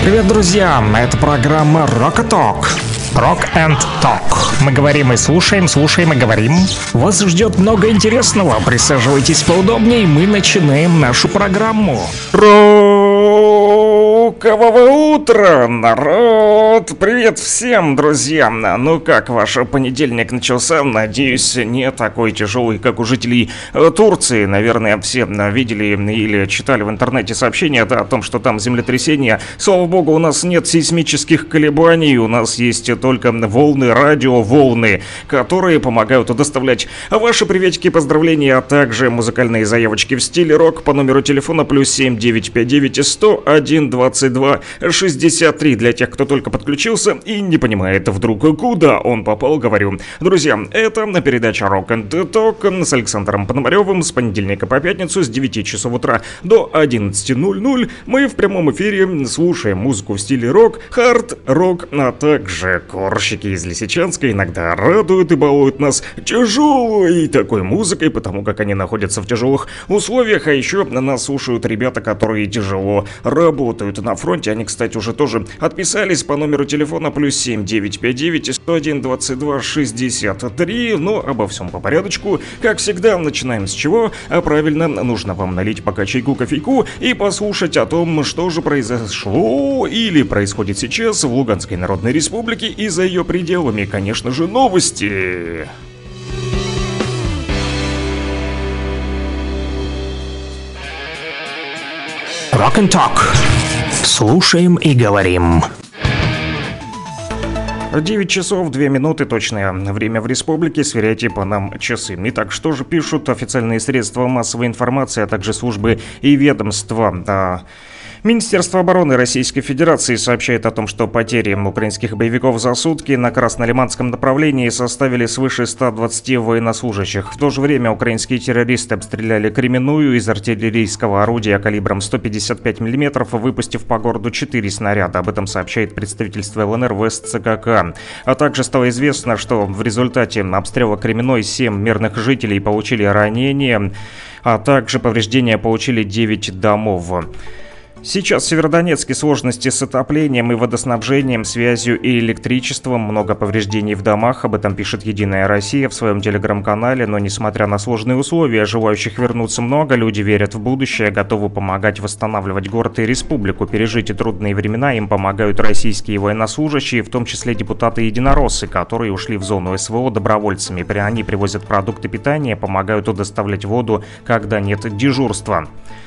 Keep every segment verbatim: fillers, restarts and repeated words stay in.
Привет, друзья! Это программа Rock and Talk. Rock and Talk. Мы говорим и слушаем, слушаем и говорим. Вас ждет много интересного. Присаживайтесь поудобнее, мы начинаем нашу программу. Рокового утра, народ! Привет всем, друзья! Ну как ваш понедельник начался? Надеюсь, не такой тяжелый, как у жителей Турции. Наверное, все видели или читали в интернете сообщения, да, о том, что там землетрясение. Слава богу, у нас нет сейсмических колебаний, у нас есть только волны, радиоволны, которые помогают доставлять ваши приветики, поздравления, а также музыкальные заявочки в стиле рок по номеру телефона плюс семь девятьсот пятьдесят девять сто один двадцать два шестьдесят три. Для тех, кто только подключился и не понимает вдруг, куда он попал, говорю. Друзья, это передача Rock and Talk с Александром Пономаревым с понедельника по пятницу с девяти часов утра до одиннадцати ноль-ноль. Мы в прямом эфире слушаем музыку в стиле рок, хард, рок, а также корщики из Лисичанска иногда радуют и балуют нас тяжелой такой музыкой, потому как они находятся в тяжелых условиях, а еще нас слушают ребята, которые тяжело работают на фронте. Они, кстати, уже тоже отписались по номеру телефона плюс семь девятьсот пятьдесят девять сто один двадцать два шестьдесят три. Но обо всем по порядочку. Как всегда, начинаем с чего? А правильно, нужно вам налить пока чайку, кофейку и послушать о том, что же произошло или происходит сейчас в Луганской Народной Республике и за ее пределами. Конечно же, новости. Rock and Talk. Слушаем и говорим. девять часов две минуты, точное время в республике, сверяйте по нам часы. Итак, что же пишут официальные средства массовой информации, а также службы и ведомства? Министерство обороны Российской Федерации сообщает о том, что потери украинских боевиков за сутки на Краснолиманском направлении составили свыше ста двадцати военнослужащих. В то же время украинские террористы обстреляли Кременную из артиллерийского орудия калибром сто пятьдесят пять миллиметров, выпустив по городу четыре снаряда. Об этом сообщает представительство ЛНР в СЦКК. А также стало известно, что в результате обстрела Кременной семь мирных жителей получили ранения, а также повреждения получили девять домов. Сейчас в Северодонецке сложности с отоплением и водоснабжением, связью и электричеством, много повреждений в домах, об этом пишет «Единая Россия» в своем телеграм-канале, но несмотря на сложные условия, желающих вернуться много, люди верят в будущее, готовы помогать восстанавливать город и республику, пережить и трудные времена, им помогают российские военнослужащие, в том числе депутаты-единороссы, которые ушли в зону СВО добровольцами, они привозят продукты питания, помогают доставлять воду, когда нет дежурства.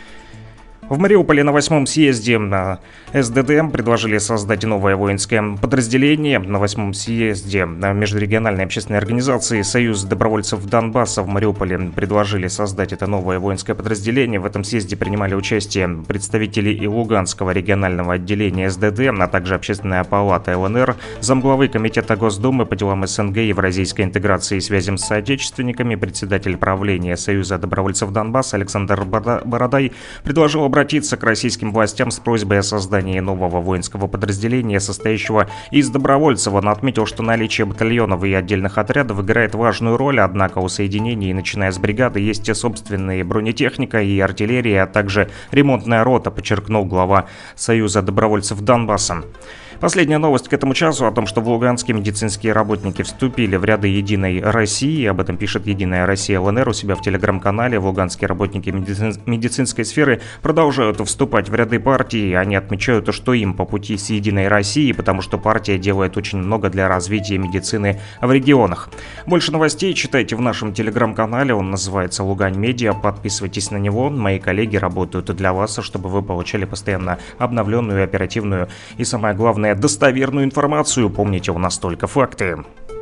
В Мариуполе на восьмом съезде на СДД предложили создать новое воинское подразделение. На восьмом съезде межрегиональной общественной организации «Союз добровольцев Донбасса» в Мариуполе предложили создать это новое воинское подразделение. В этом съезде принимали участие представители и Луганского регионального отделения СДД, а также Общественная палата ЛНР, замглавы Комитета Госдумы по делам СНГ, евразийской интеграции и связям с соотечественниками, председатель правления Союза добровольцев Донбасса Александр Бородай предложил обратиться к российским властям с просьбой о создании нового воинского подразделения, состоящего из добровольцев. Он отметил, что наличие батальонов и отдельных отрядов играет важную роль, однако у соединений, начиная с бригады, есть собственные бронетехника и артиллерия, а также ремонтная рота, подчеркнул глава Союза добровольцев Донбасса. Последняя новость к этому часу о том, что в Луганске медицинские работники вступили в ряды «Единой России». Об этом пишет «Единая Россия» ЛНР у себя в телеграм-канале. В Луганские работники медици... медицинской сферы продолжают вступать в ряды партии. Они отмечают, что им по пути с «Единой Россией», потому что партия делает очень много для развития медицины в регионах. Больше новостей читайте в нашем телеграм-канале. Он называется «Лугань Медиа». Подписывайтесь на него. Мои коллеги работают для вас, чтобы вы получали постоянно обновленную, оперативную и, самое главное, достоверную информацию. Помните, у нас только факты.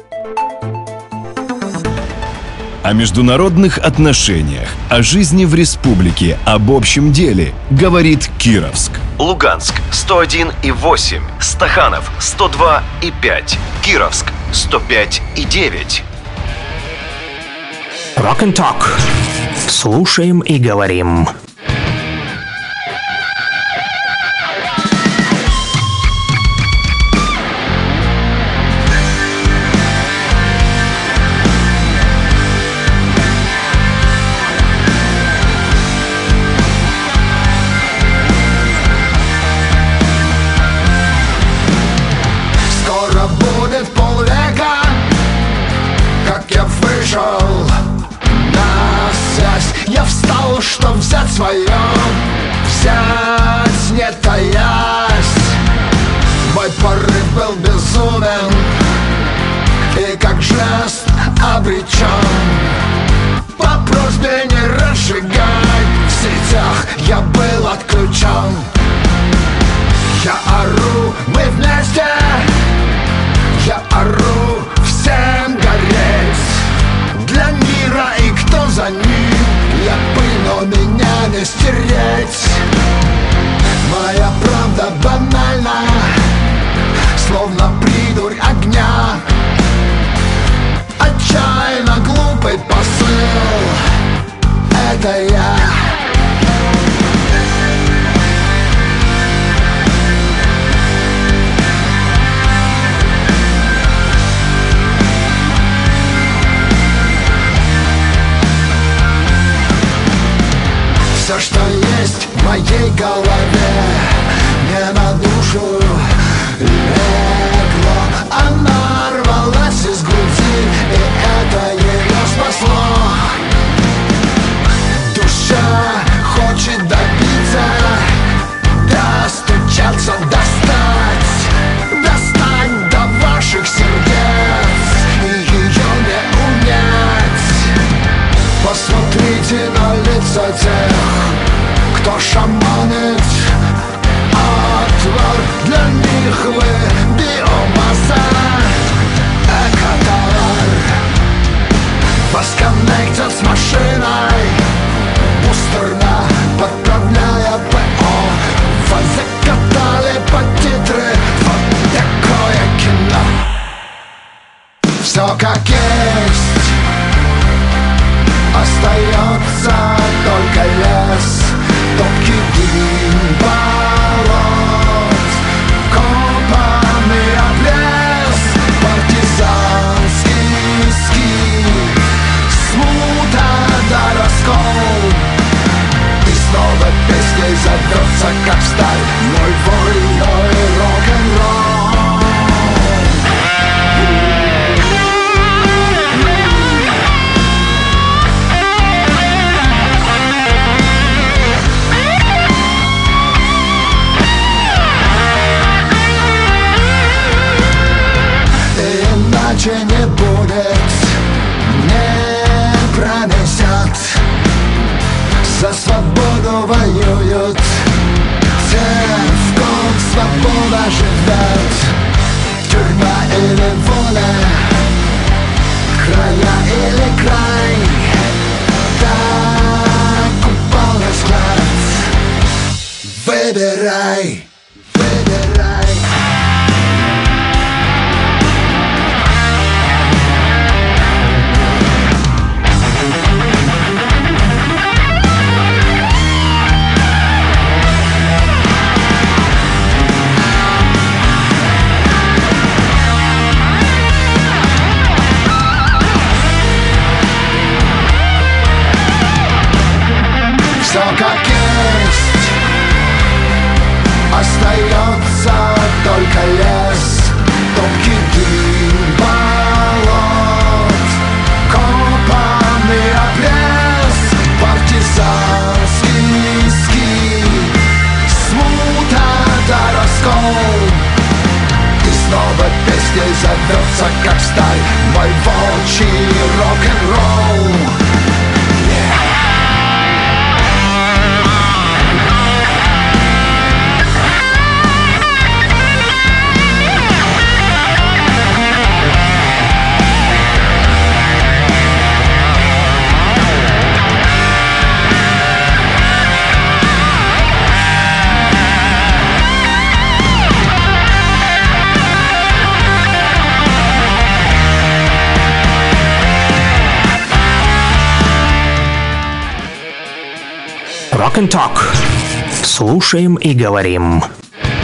О международных отношениях, о жизни в республике, об общем деле говорит Кировск. Луганск сто один и восемь, Стаханов сто два и пять, Кировск сто пять и девять. Rock and Talk. Слушаем и говорим. своем взять, не таясь. Мой порыв был безумен и как жест обречен. По просьбе не разжигай, в сетях я был отключен. Я ору, мы вместе, я ору, всем гореть. Для мира и кто за ним, я пыль, но меня не стереть. Моя правда банальна, словно придурь огня. Отчаянно глупый посыл, это я. Все, что есть в моей голове, не на душу легло. Она рвалась из груди, и это ее спасло. Душа хочет добиться, достучаться, достать, достать до ваших сердец, и ее не унять. Посмотрите на лица тех, кто шаманит. Отвар для них вы биомасса, экотовар. Вас коннектят с машиной, бустерно подправляя ПО. Вас закатали под титры, вот такое кино. Все как есть, остается только лес, топкий дым болот, копанный обрез, партизанский скит, смута до раскол. И снова песней зовется, как сталь, мой вольной рок-н-ролл. Иначе не будет, не пронесет. За свободу воюют те, в ком свобода живет. Тюрьма или воля, края или край, так упал на взгляд. Выбирай, выбирай. Все как есть, остается только лес, топкий дым болот, копанный обрез, партизанский скит, смута до раскол. И снова песней зовется, как сталь, мой волчий рок-н-ролл. Rock and Talk. Слушаем и говорим.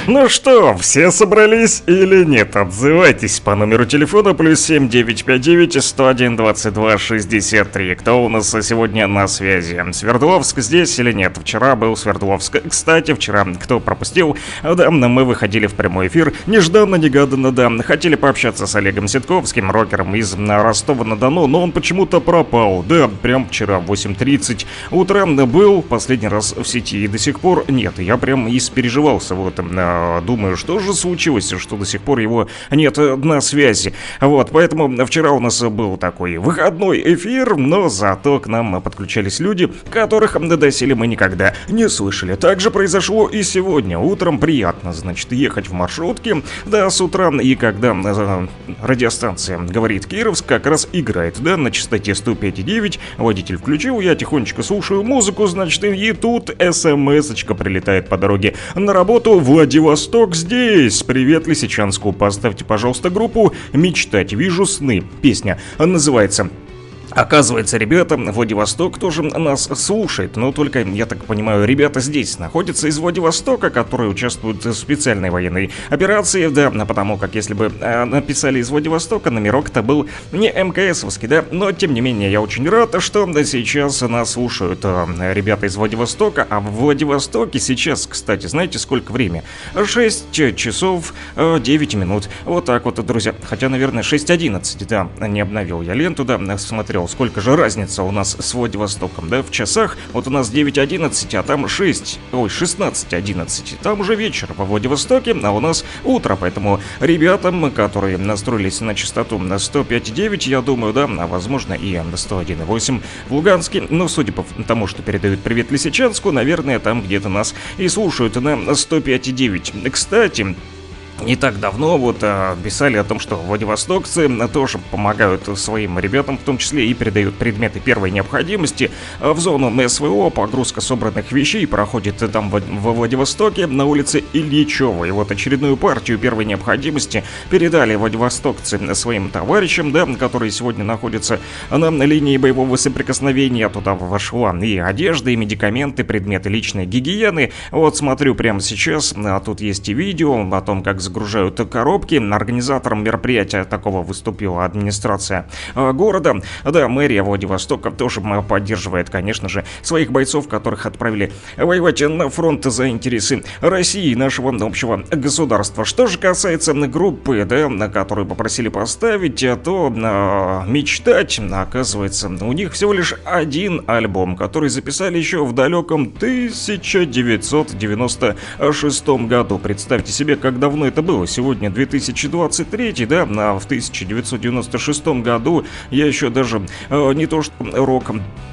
Ну что, все собрались или нет? Отзывайтесь по номеру телефона плюс семь девять пять девять сто один двадцать два шестьдесят три. Кто у нас сегодня на связи? Свердловск здесь или нет? Вчера был Свердловск. Кстати, вчера, кто пропустил, да, мы выходили в прямой эфир. Нежданно-негаданно, да. Хотели пообщаться с Олегом Ситковским, рокером из Ростова-на-Дону, но он почему-то пропал. Да, прям вчера в восемь тридцать утра был последний раз в сети и до сих пор нет. Я прям испереживался. Вот, думаю, что же случилось, что до сих пор его нет на связи. Вот, поэтому вчера у нас был такой выходной эфир, но зато к нам подключались люди, которых доселе мы никогда не слышали. Также произошло и сегодня. Утром приятно, значит, ехать в маршрутке, да, с утра, и когда э, радиостанция говорит Кировск, как раз играет, да, на частоте сто пять и девять, водитель включил, я тихонечко слушаю музыку, значит, и тут смс-очка прилетает по дороге на работу. Владивосток здесь! Привет Лисичанску, поставьте, пожалуйста, группу «Мечтать, вижу сны». Песня называется... Оказывается, ребята, Владивосток тоже нас слушает, но только, я так понимаю, ребята здесь находятся из Владивостока, которые участвуют в специальной военной операции, да, потому как если бы э, написали из Владивостока, номерок-то был не МКСовский, да, но тем не менее я очень рад, что сейчас нас слушают э, ребята из Владивостока, а в Владивостоке сейчас, кстати, знаете, сколько время? шесть часов девять минут, вот так вот, друзья, хотя, наверное, шесть одиннадцать, да, не обновил я ленту, да, смотрел, сколько же разница у нас с Владивостоком, да, в часах. Вот у нас девять одиннадцать, а там шесть, ой, шестнадцать одиннадцать. Там уже вечер во Владивостоке, а у нас утро. Поэтому ребятам, которые настроились на частоту на сто пять и девять, я думаю, да, а возможно и на сто один и восемь в Луганске, но судя по тому, что передают привет Лисичанску, наверное, там где-то нас и слушают на сто пять и девять. Кстати, не так давно вот а, писали о том, что владивостокцы тоже помогают своим ребятам, в том числе и передают предметы первой необходимости в зону СВО. Погрузка собранных вещей проходит там в, во Владивостоке на улице Ильичева. И вот очередную партию первой необходимости передали владивостокцы своим товарищам, да, которые сегодня находятся на линии боевого соприкосновения. Туда вошла и одежда, и медикаменты, предметы личной гигиены. Вот смотрю прямо сейчас, а тут есть и видео о том, как загружают коробки. Организатором мероприятия такого выступила администрация э, города. Да, мэрия Владивостока тоже поддерживает, конечно же, своих бойцов, которых отправили воевать на фронт за интересы России, нашего общего государства. Что же касается группы, да, на которую попросили поставить, то э, «Мечтать», оказывается, у них всего лишь один альбом, который записали еще в далеком тысяча девятьсот девяносто шестом году. Представьте себе, как давно это было. Сегодня две тысячи двадцать третий, да, а в тысяча девятьсот девяносто шестом году я еще даже э, не то что рок,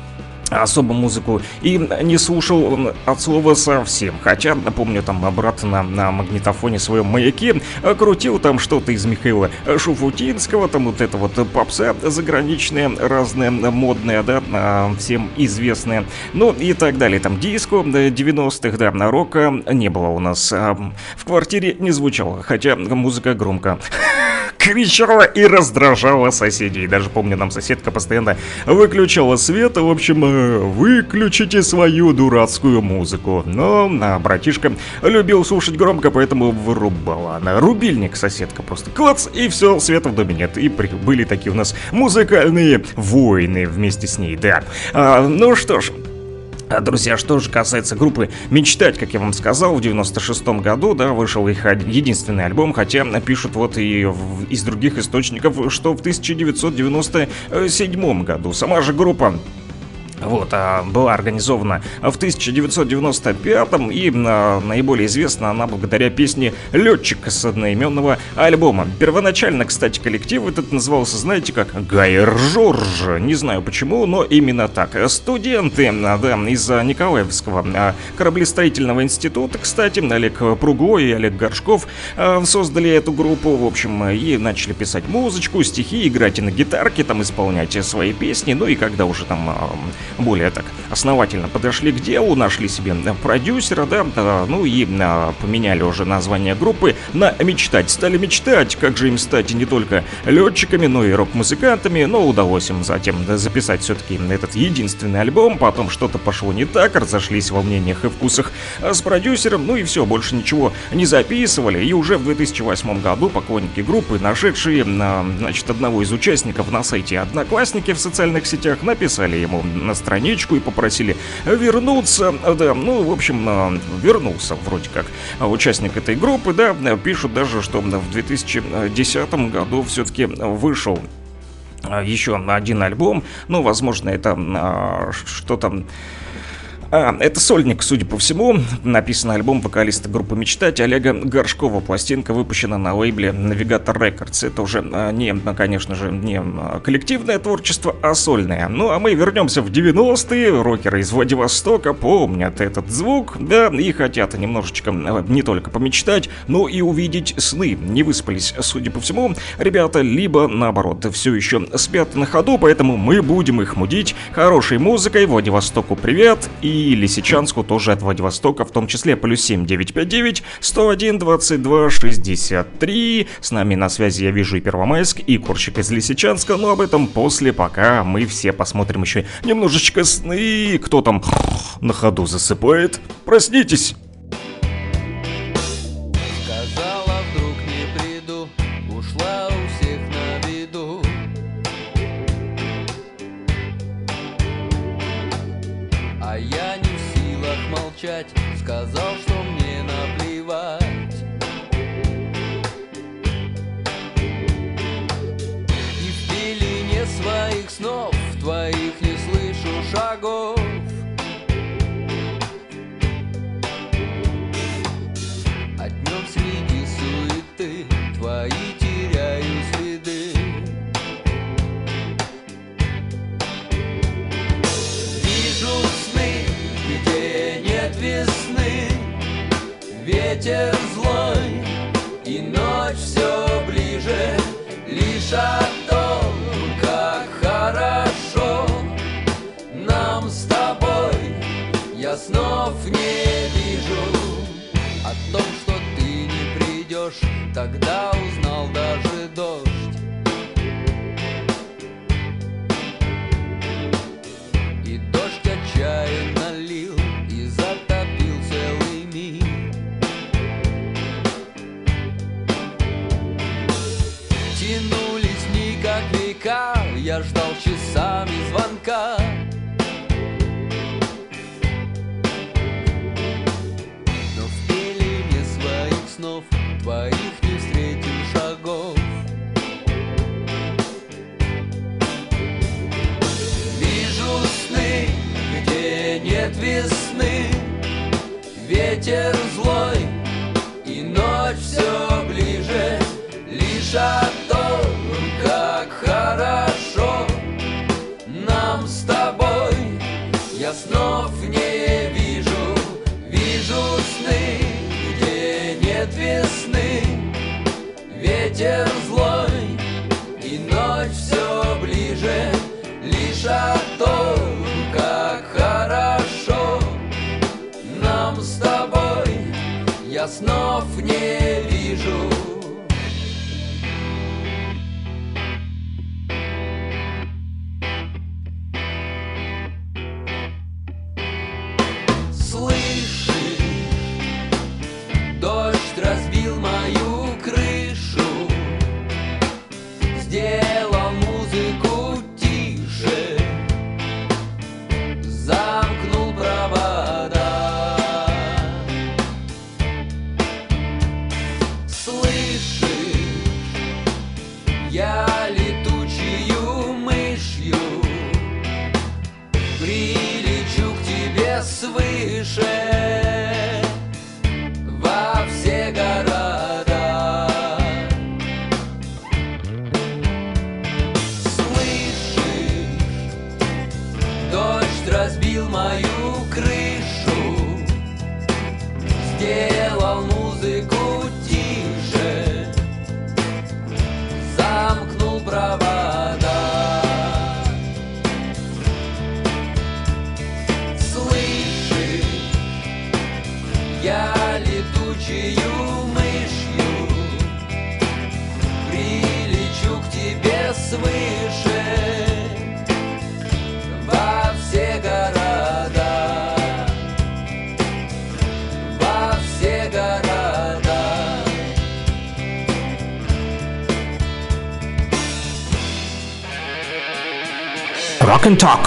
особо музыку и не слушал от слова совсем. Хотя, помню, там брат на, на магнитофоне своем «Маяке» крутил там что-то из Михаила Шуфутинского, там вот это вот попса заграничная, разная, модная, да, всем известная, ну и так далее. Там диско девяностых, да, рока не было у нас. В квартире не звучало, хотя музыка громко кричала и раздражала соседей. Даже помню, нам соседка постоянно выключала свет. В общем, выключите свою дурацкую музыку. Но а, братишка любил слушать громко, поэтому вырубала она рубильник. Соседка просто клац, и все, света в доме нет. И при... были такие у нас музыкальные войны вместе с ней, да. А, ну что ж. Друзья, что же касается группы «Мечтать», как я вам сказал, в девяносто шестом году, да, вышел их единственный альбом, хотя пишут вот и в, из других источников, что в тысяча девятьсот девяносто седьмом году. Сама же группа вот, а, была организована в тысяча девятьсот девяносто пятом, и а, наиболее известна она благодаря песне «Летчик» с одноименного альбома. Первоначально, кстати, коллектив этот назывался, знаете как, Гайер Жорж. Не знаю почему, но именно так. Студенты, да, из Николаевского а, кораблестроительного института, кстати, Олег Пруго и Олег Горшков а, создали эту группу, в общем, и начали писать музычку, стихи, играть и на гитарке, там исполнять свои песни, ну и когда уже там а, более так основательно подошли к делу, нашли себе продюсера, да, да, ну и а, поменяли уже название группы на «Мечтать». Стали мечтать, как же им стать не только летчиками, но и рок-музыкантами, но удалось им затем записать все-таки этот единственный альбом, потом что-то пошло не так, разошлись во мнениях и вкусах с продюсером, ну и все, больше ничего не записывали, и уже в две тысячи восьмом году поклонники группы, нашедшие, значит, одного из участников на сайте Одноклассники в социальных сетях, написали ему на страничку и попросили вернуться, да, ну, в общем, вернулся вроде как участник этой группы, да, пишут даже, что в две тысячи десятом году все-таки вышел еще один альбом, ну, возможно, это что там... А, это сольник, судя по всему. Написан альбом вокалиста группы «Мечтать» Олега Горшкова. Пластинка выпущена на лейбле Navigator Records. Это уже не, конечно же, не коллективное творчество, а сольное. Ну, а мы вернемся в девяностые. Рокеры из Владивостока помнят этот звук, да, и хотят немножечко не только помечтать, но и увидеть сны. Не выспались, судя по всему, ребята, либо, наоборот, все еще спят на ходу, поэтому мы будем их мудить хорошей музыкой. Владивостоку привет, и И Лисичанску тоже от Владивостока, в том числе плюс семь девятьсот пятьдесят девять сто один двадцать два шестьдесят три. С нами на связи, я вижу, и Первомайск, и Курчик из Лисичанска, но об этом после, пока мы все посмотрим еще немножечко сны. Кто там на ходу засыпает? Проснитесь! Сказала, вдруг не приду, ушла у всех на виду. А я не в силах молчать, сказал, что мне наплевать. И в пелене своих снов твоих не слышу шагов. А днем среди суеты твои теряю следы. Вижу сны, где нет весны, ветер злой, и ночь все ближе, лишь о том, как хорошо нам с тобой. Я снов не вижу о том, что ты не придешь, тогда узнал даже дождь. И дождь отчаянно лил и затопил целый мир. Тянулись дни, как века, я ждал часами звонка. Но в пелене своих снов твоих не встретил шагов. Вижу сны, где нет весны, ветер злой, и ночь все ближе, лишь о том, как хорошо нам с тобой. Я снов не вижу, вижу сны, где нет весны, ветер злой, и ночь все ближе, лишь о том, как хорошо нам с тобой. Я снов не вижу. Дождь разбил мою крышу, сделал музыку тише, замкнул провода. Слышишь, я летучую мышью прилечу к тебе свыше. Все города. Слышишь, дождь разбил мою крышу, сделал музыку тише, замкнул провода. летучую мышью прилечу к тебе свыше во все города, во все города. Rock and Talk.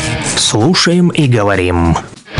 Слушаем и говорим.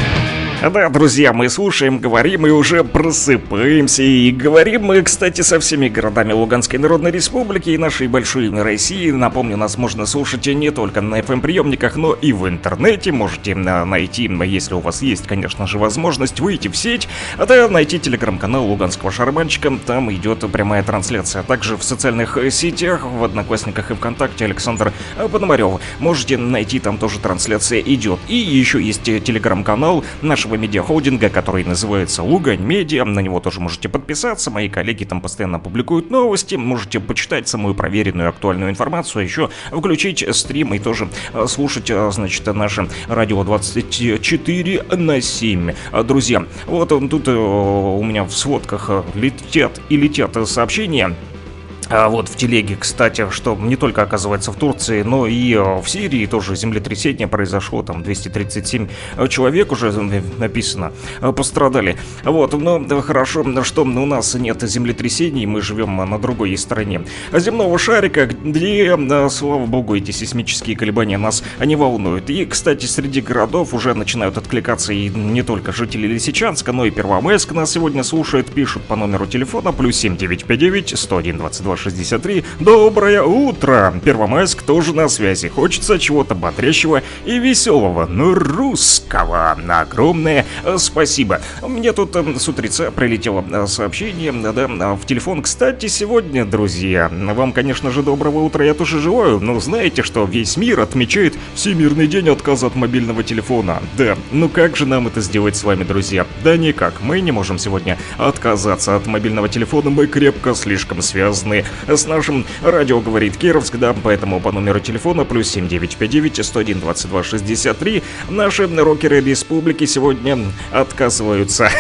Да, друзья, мы слушаем, говорим и уже просыпаемся. И говорим мы, кстати, со всеми городами Луганской Народной Республики и нашей большой России. Напомню, нас можно слушать не только на эф эм-приемниках, но и в интернете. Можете найти, если у вас есть, конечно же, возможность выйти в сеть, а то найти телеграм-канал Луганского шарманщика. Там идет прямая трансляция. Также в социальных сетях, в Одноклассниках и ВКонтакте Александр Пономарев. Можете найти, там тоже трансляция идет. И еще есть телеграм-канал нашего медиахолдинга, который называется Лугань Медиа. На него тоже можете подписаться. Мои коллеги там постоянно публикуют новости. Можете почитать самую проверенную актуальную информацию, а еще включить стрим и тоже слушать, значит, наше радио двадцать четыре на семь. Друзья, вот тут у меня в сводках летят и летят сообщения. А вот в телеге, кстати, что не только, оказывается, в Турции, но и в Сирии тоже землетрясение произошло, там двести тридцать семь человек уже написано, пострадали. Вот, но хорошо, что у нас нет землетрясений, мы живем на другой стороне земного шарика, где, слава богу, эти сейсмические колебания нас не волнуют. И, кстати, среди городов уже начинают откликаться и не только жители Лисичанска, но и Первомайск нас сегодня слушают, пишут по номеру телефона плюс семь девять пять девять сто один двадцать два шестьдесят три. Доброе утро! Первомайск тоже на связи. Хочется чего-то бодрящего и веселого, но русского. Огромное спасибо. Мне тут с утреца прилетело сообщение, да, в телефон. Кстати, сегодня, друзья, вам, конечно же, доброго утра я тоже желаю, но знаете, что весь мир отмечает Всемирный день отказа от мобильного телефона. Да, ну как же нам это сделать с вами, друзья? Да никак, мы не можем сегодня отказаться от мобильного телефона, мы крепко слишком связаны с нашим радио «Говорит Кировск», да, поэтому по номеру телефона плюс семь девять пять девять сто один двадцать два шестьдесят три наши рокеры республики сегодня отказываются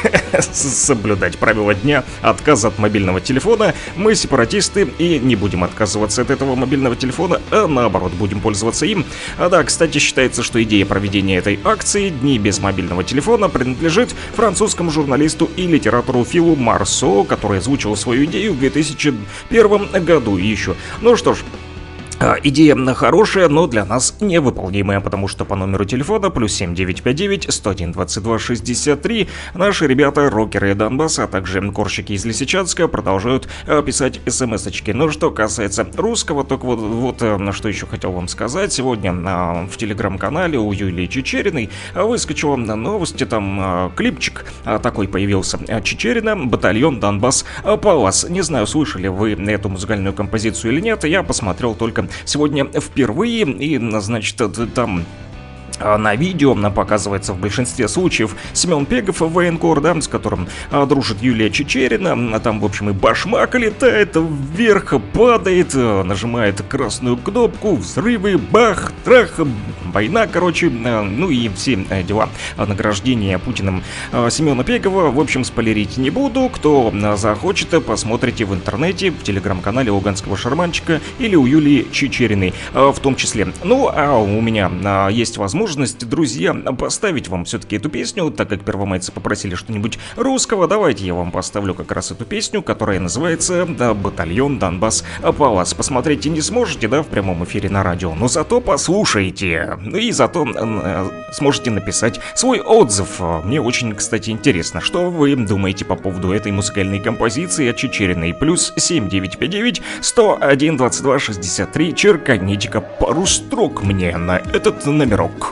соблюдать правила дня отказа от мобильного телефона. Мы сепаратисты и не будем отказываться от этого мобильного телефона, а наоборот будем пользоваться им. А да, кстати, считается, что идея проведения этой акции «Дни без мобильного телефона» принадлежит французскому журналисту и литератору Филу Марсо, который озвучил свою идею в две тысячи первом году еще. Ну что ж, идея хорошая, но для нас невыполнимая, потому что по номеру телефона плюс семь девять пять девять сто один двадцать два шестьдесят три наши ребята, рокеры Донбасса, а также корщики из Лисичанска продолжают писать смс-очки. Но что касается русского, так вот, вот что еще хотел вам сказать. Сегодня в телеграм-канале у Юлии Чичериной выскочила новость, там клипчик такой появился. Чичерина, батальон Донбасс Палас. Не знаю, слышали вы эту музыкальную композицию или нет, я посмотрел только сегодня впервые, и, значит, там на видео показывается в большинстве случаев Семен Пегов, военкор, да, с которым а, дружит Юлия Чичерина. Там, в общем, и башмак летает вверх, падает, нажимает красную кнопку, взрывы, бах, трах, война, короче, а, ну и все а, дела награждения Путиным а, Семена Пегова. В общем, спойлерить не буду. Кто а, захочет, посмотрите в интернете, в телеграм-канале Луганского шарманщика или у Юлии Чичериной а, в том числе. Ну, а у меня а, есть возможность, друзья, поставить вам все-таки эту песню, так как первомайцы попросили что-нибудь русского. Давайте я вам поставлю как раз эту песню, которая называется, да, «Батальон Донбасс Палас». Посмотрите не сможете, да, в прямом эфире на радио, но зато послушайте. И зато э, сможете написать свой отзыв. Мне очень, кстати, интересно, что вы думаете по поводу этой музыкальной композиции от Чичериной. Плюс семь девять пять девять сто один двадцать два шестьдесят три. Черканите-ка пару строк мне на этот номерок.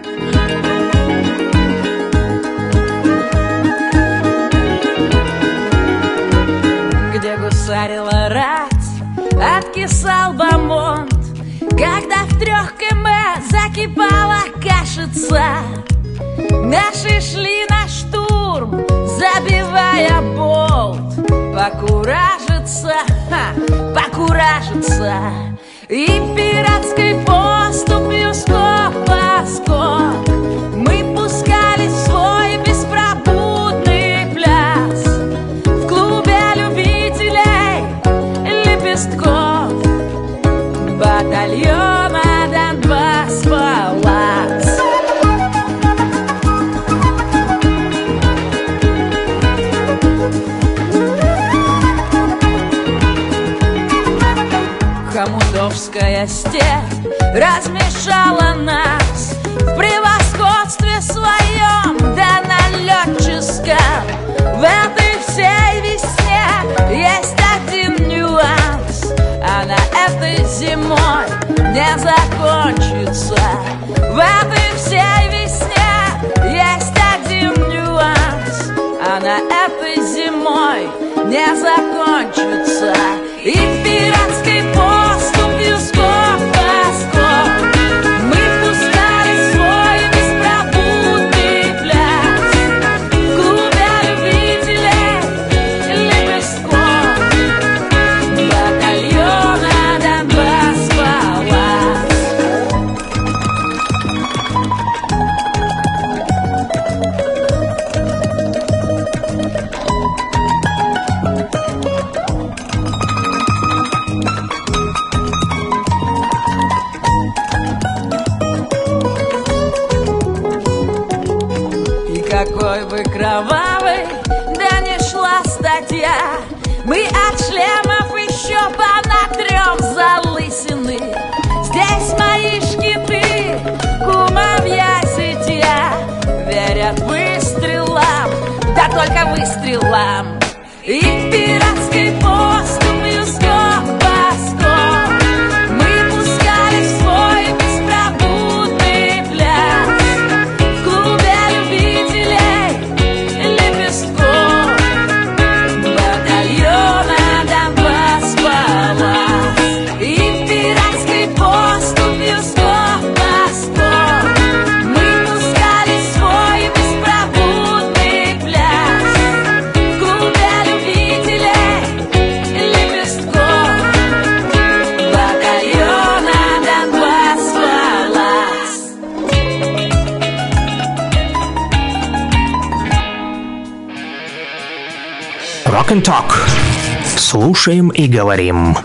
Где гусарила рать, откисал бомонд, когда в трех км закипала кашица. Наши шли на штурм, забивая болт. Покуражиться, ха, покуражиться. И пиратской поступью скок по скок мы пускались в свой беспробудный пляс. вместе размешала нас в превосходстве своем да налетческом. В этой всей весне есть один нюанс: она этой зимой не закончится. В этой всей весне есть один нюанс: она этой зимой не закончится. И пиратской поступью скок по скок мы пускали свой беспробудный пляс в клубе любителей лепестков батальона Донбасс-Палас. Какой бы кровавой да не шла статья, мы от шлемов еще понатрем залысины. Здесь мои шкиты, кумовья зятья, верят выстрелам, да только выстрелам. И пиратской поступью скок по скок мы пускали в свой беспробудный пляс в клубе любителей лепестков батальона Донбасс-Палас. И пиратской поступью скок по скок мы пускали в свой беспробудный пляс в клубе любителей лепестков батальона Донбасс-Палас. Rock and Talk. Слушаем и говорим.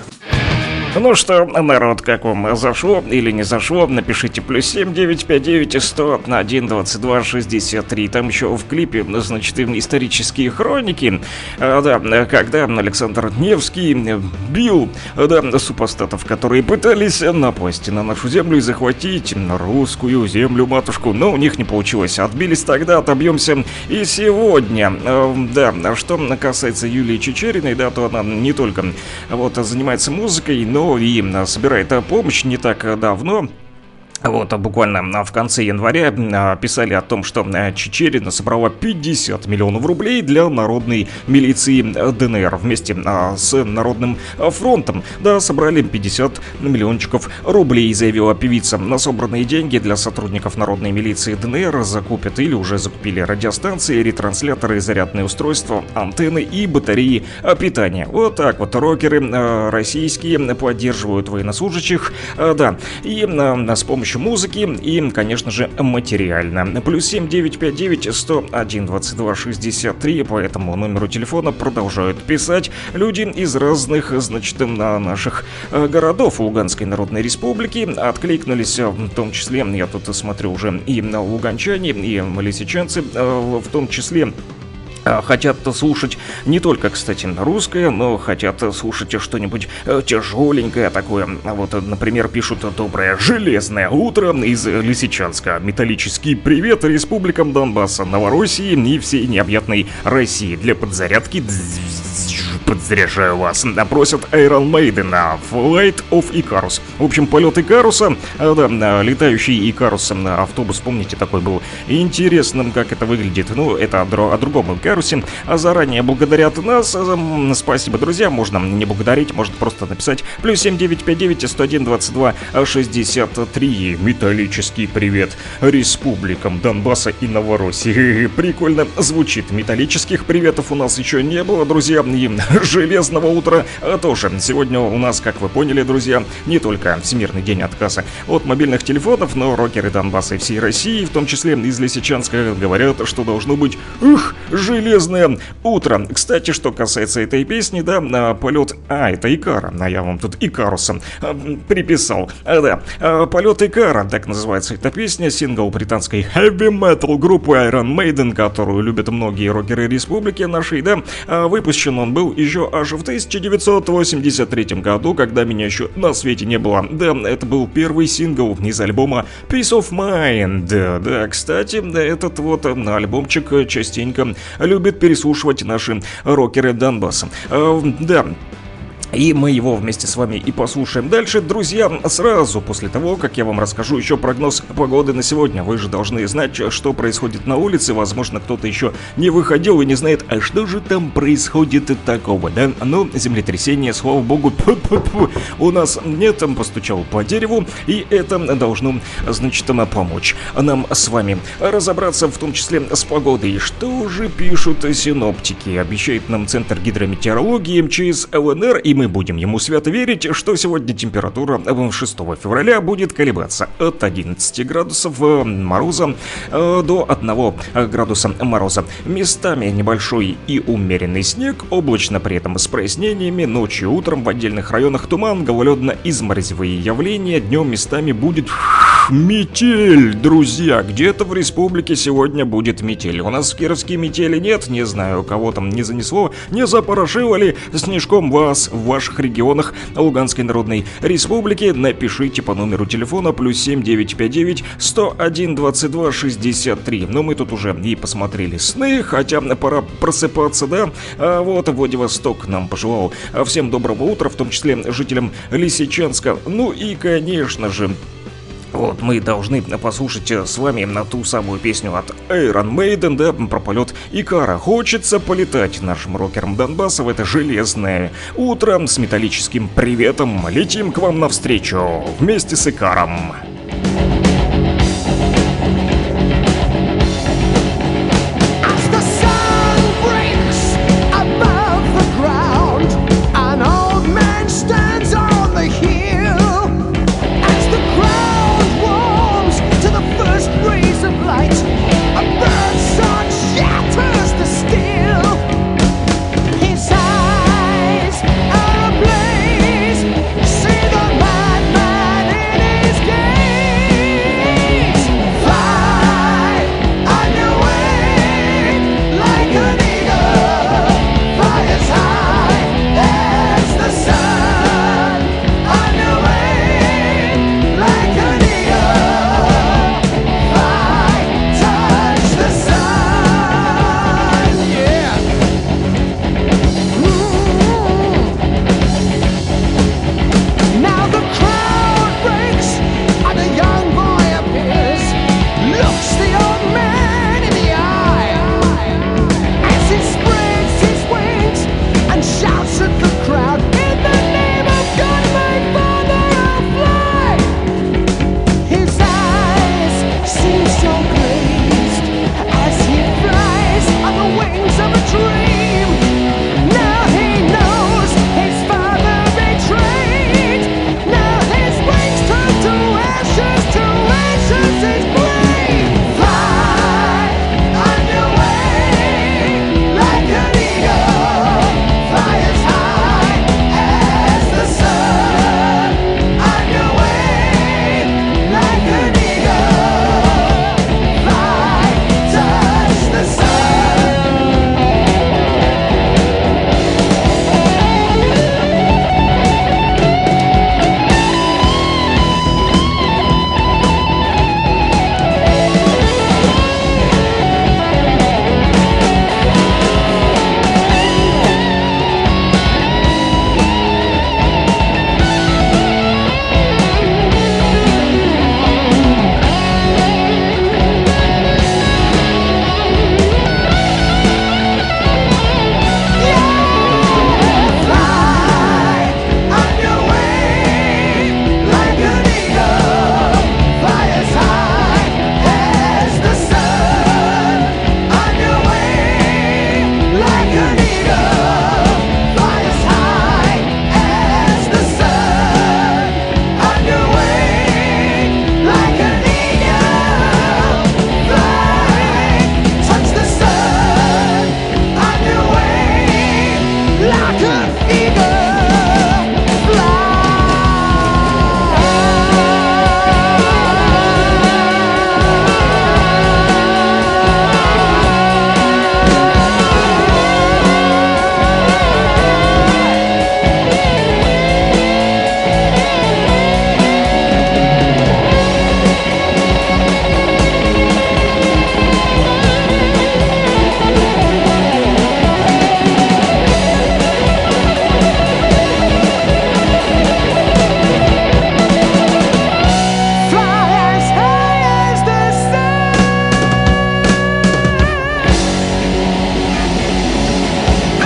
Ну что, народ, как вам зашло или не зашло, напишите плюс семь девять пять девять сто один двадцать два шестьдесят три. Там еще в клипе, значит, исторические хроники, а, да, когда Александр Невский бил, да, супостатов, которые пытались напасть на нашу землю и захватить русскую землю-матушку, но у них не получилось. Отбились тогда, отобьемся и сегодня. А, да, что касается Юлии Чичериной, да, то она не только вот занимается музыкой, но и собирает помощь. Не так давно, вот, буквально в конце января, писали о том, что Чичерина собрала пятьдесят миллионов рублей для народной милиции ДНР вместе с Народным фронтом. Да, собрали пятьдесят миллиончиков рублей, заявила певица. На собранные деньги для сотрудников народной милиции ДНР закупят или уже закупили радиостанции, ретрансляторы, зарядные устройства, антенны и батареи питания. Вот так вот рокеры российские поддерживают военнослужащих, да, и с помощью музыки и, конечно же, материально. Плюс семь девять пять девять сто один двадцать два шестьдесят три. По этому номеру телефона продолжают писать люди из разных, значит, наших городов Луганской Народной Республики. Откликнулись, в том числе, я тут смотрю, уже и луганчане, и лисичанцы, в том числе. Хотят слушать не только, кстати, русское, но хотят слушать что-нибудь тяжеленькое такое. Вот, например, пишут: «Доброе железное утро из Лисичанска. Металлический привет республикам Донбасса, Новороссии и всей необъятной России. Для подзарядки подзаряжаю вас». Просят Iron Maiden на Flight of Icarus. В общем, полет Икаруса, да, летающий Икарус, автобус, помните, такой был. Интересно, как это выглядит. Ну, это о, дро- о другом Икарусе. А заранее благодарят нас. Спасибо, друзья. Можно не благодарить, может просто написать. Плюс семь девять пять девять сто один двадцать два шестьдесят три. Металлический привет республикам Донбасса и Новороссии. Прикольно звучит. Металлических приветов у нас еще не было, друзья. И железного утра тоже. Сегодня у нас, как вы поняли, друзья, не только Всемирный день отказа от мобильных телефонов, но рокеры Донбасса и всей России, в том числе из Лисичанска, говорят, что должно быть ух, железное утро. Кстати, что касается этой песни, да, полет... А, это Икара, а я вам тут Икаруса приписал. А, да, полет Икара, так называется эта песня, сингл британской heavy metal группы Iron Maiden, которую любят многие рокеры республики нашей, да. Выпущен он был еще аж в тысяча девятьсот восемьдесят третьем году, когда меня еще на свете не было. Да, это был первый сингл из альбома Peace of Mind. Да, кстати, этот вот альбомчик частенько любят переслушивать наши рокеры Донбасса. А, да. И мы его вместе с вами и послушаем дальше. Друзья, сразу после того, как я вам расскажу еще прогноз погоды на сегодня, вы же должны знать, что происходит на улице. Возможно, кто-то еще не выходил и не знает, а что же там происходит такого, да? Ну, землетрясение, слава богу, пу-пу-пу, у нас нет, там постучал по дереву, и это должно, значит, помочь нам с вами разобраться, в том числе с погодой. Что же пишут синоптики? Обещает нам Центр гидрометеорологии МЧС ЛНР, и мы будем ему свято верить, что сегодня температура шестого февраля будет колебаться от одиннадцати градусов мороза до одного градуса мороза. Местами небольшой и умеренный снег, облачно при этом с прояснениями, ночью и утром в отдельных районах туман, гололедно-изморозевые явления, днем местами будет метель, друзья. Где-то в республике сегодня будет метель. У нас в Кировске метели нет, не знаю, кого там не занесло, не запорошило ли снежком вас в ваших регионах Луганской Народной Республики. Напишите по номеру телефона плюс семь девятьсот пятьдесят девять сто один двадцать два шестьдесят три. Но мы тут уже и посмотрели сны, хотя пора просыпаться, да? А вот Владивосток нам пожелал всем доброго утра, в том числе жителям Лисичанска. Ну и, конечно же, вот, мы должны послушать с вами на ту самую песню от Iron Maiden, да, про полет Икара. Хочется полетать нашим рокерам Донбасса в это железное утро с металлическим приветом. Летим к вам навстречу вместе с Икаром. See the madman in his game.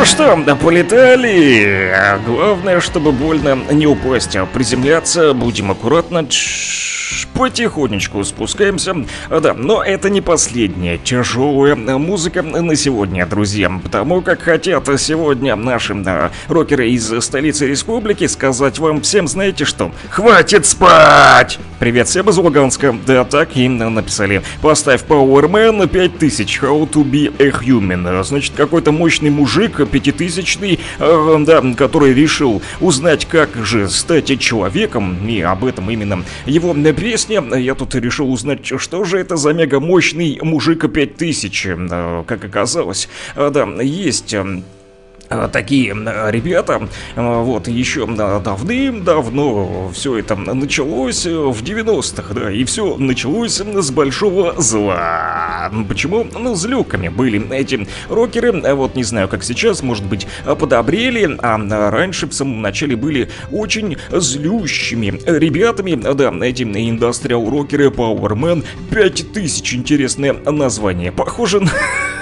Ну что, да полетали. Главное, чтобы больно не упасть, а приземляться будем аккуратно. Потихонечку спускаемся. Да, но это не последняя тяжелая музыка на сегодня, друзья. Потому как хотят сегодня наши да, рокеры из столицы республики сказать вам всем, знаете что? Хватит спать! Привет всем из Луганска. Да, так им написали. Поставь Powerman пять тысяч. How to be a human. Значит, какой-то мощный мужик, пятитысячный, э, да, который решил узнать, как же стать человеком. И об этом именно его песня. Я тут решил узнать, что же это за мега мощный мужик пять тысяч. Э, как оказалось, э, да, есть... Э, такие ребята, вот, еще давным-давно все это началось в девяностых, да, и все началось с большого зла. Почему? Ну, злюками были эти рокеры, вот, не знаю, как сейчас, может быть, подобрели, а раньше в самом начале были очень злющими ребятами, да, эти индастриал-рокеры Powerman пять тысяч, интересное название, похоже на...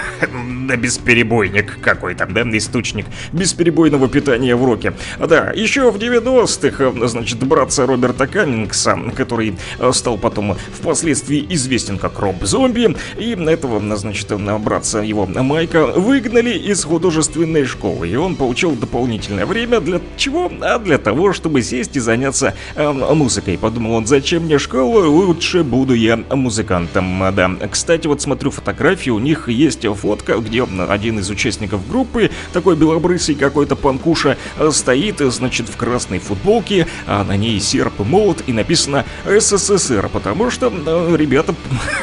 на бесперебойник какой-то, да, источник бесперебойного питания в роке. Да, еще в девяностых, значит, братца Роберта Каммингса, который стал потом впоследствии известен как Роб Зомби, и этого, значит, братца его Майка выгнали из художественной школы, и он получил дополнительное время для чего? А для того, чтобы сесть и заняться э, музыкой. Подумал он, зачем мне школа, лучше буду я музыкантом. Да, кстати, вот смотрю фотографии, у них есть фотка, где один из участников группы, такой белобрысый какой-то панкуша, стоит, значит, в красной футболке, а на ней серп и молот, и написано СССР, потому что ребята,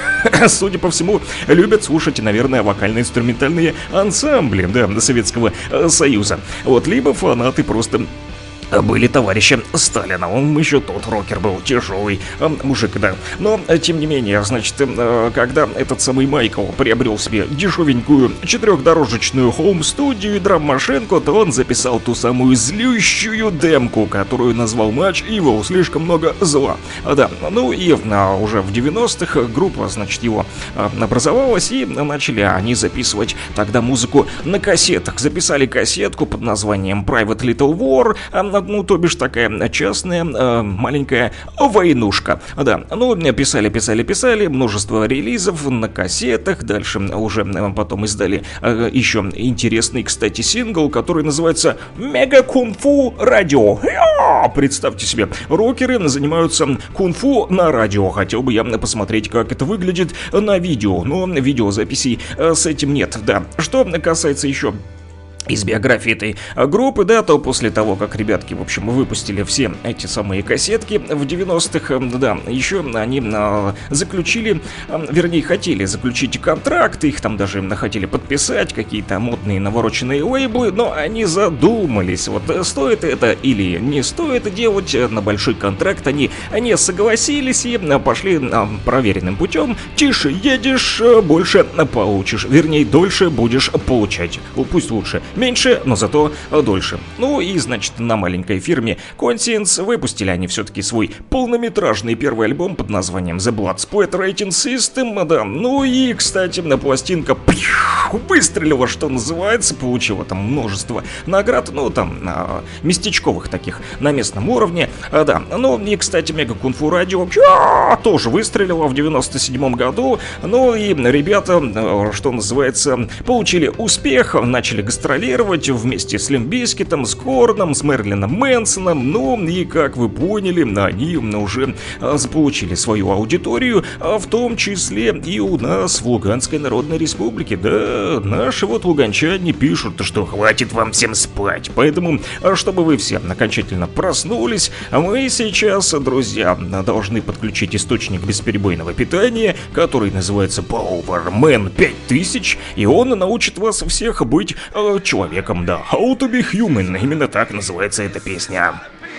судя по всему, любят слушать, наверное, вокально-инструментальные ансамбли, да, Советского Союза. Вот, либо фанаты просто... были товарищи Сталина. Он еще тот рокер был, тяжелый э, мужик, да. Но, тем не менее, значит, э, когда этот самый Майкл приобрел себе дешевенькую четырехдорожечную хоум-студию и драм-машинку, то он записал ту самую злющую демку, которую назвал Much Evil, слишком много зла. А, да, ну и а, уже в девяностых группа, значит, его а, образовалась, и начали они записывать тогда музыку на кассетах. Записали кассетку под названием Private Little War, а, ну, то бишь такая частная э, маленькая войнушка. Да, ну, писали, писали, писали, множество релизов на кассетах. Дальше уже э, потом издали э, еще интересный, кстати, сингл, который называется «Мега Кунг-фу Радио». Представьте себе, рокеры занимаются кунг-фу на радио. Хотел бы я посмотреть, как это выглядит на видео, но видеозаписей э, с этим нет. Да, что касается еще... из биографии этой группы, да, то после того, как ребятки, в общем, выпустили все эти самые кассетки в девяностых, да, еще они а, заключили, а, вернее, хотели заключить контракт, их там даже хотели подписать, какие-то модные навороченные лейблы, но они задумались, вот стоит это или не стоит делать на большой контракт, они, они согласились и пошли а, проверенным путем, тише едешь, больше получишь, вернее, дольше будешь получать, пусть лучше меньше, но зато дольше. Ну и, значит, на маленькой фирме Conscience выпустили они все-таки свой полнометражный первый альбом под названием The Bloodsport Rating System, да. Ну и, кстати, на пластинка пью, выстрелила, что называется, получила там множество наград, ну там, а, местечковых таких, на местном уровне, а, да. Ну и, кстати, Мега Кунг-фу Радио пью, тоже выстрелила в девяносто седьмом году, ну и ребята, что называется, получили успех, начали гастролировать вместе с Лимп Бизкитом, с Корном, с Мэрилином Мэнсоном. Ну и, как вы поняли, они уже а, заполучили свою аудиторию, а в том числе и у нас в Луганской Народной Республике. Да, наши вот луганчане пишут, что хватит вам всем спать. Поэтому, чтобы вы все окончательно проснулись, мы сейчас, друзья, должны подключить источник бесперебойного питания, который называется Powerman пять тысяч, и он научит вас всех быть э, человеком, да. How to be human, именно так называется эта песня.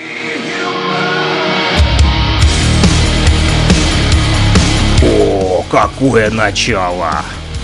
О, какое начало!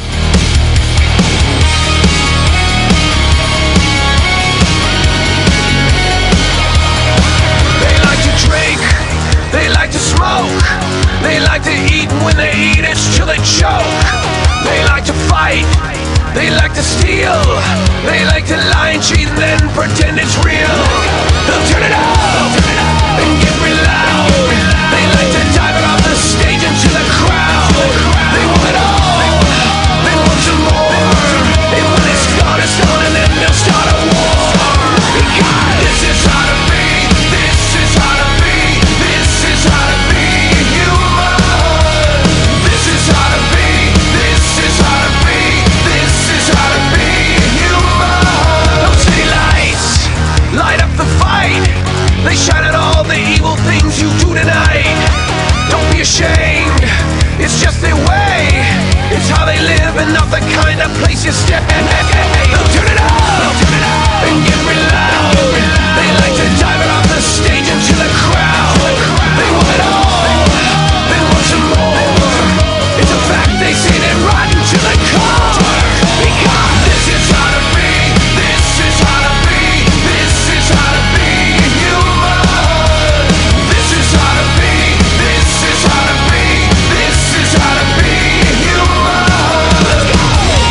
They like to smoke, they like to eat, and when they eat it's till they choke. They like to fight, they like to steal, They like to lie and cheat and then pretend it's real. They'll turn it up and get real loud. They like to dive it off the stage into the crowd. They want it all, they want some more. And when it's gone, it's gone, and then they'll start a war. God, this is how to be. This is how to be. This is how to be human. This is how to be. This is how to be. This is how to be human. Those city lights light up the fight. They shine at all the evil things you do tonight. Don't be ashamed. It's just their way. It's how they live and not the kind of place you stay. They'll turn it up and get real loud. They like to dive it off the stage into the crowd. They want it all. They want some more. It's a fact they say they're rotten to the core. Because this is how to be. This is how to be. This is how to be human. This is how to be. This is how to be. This is how to be human. Let's go.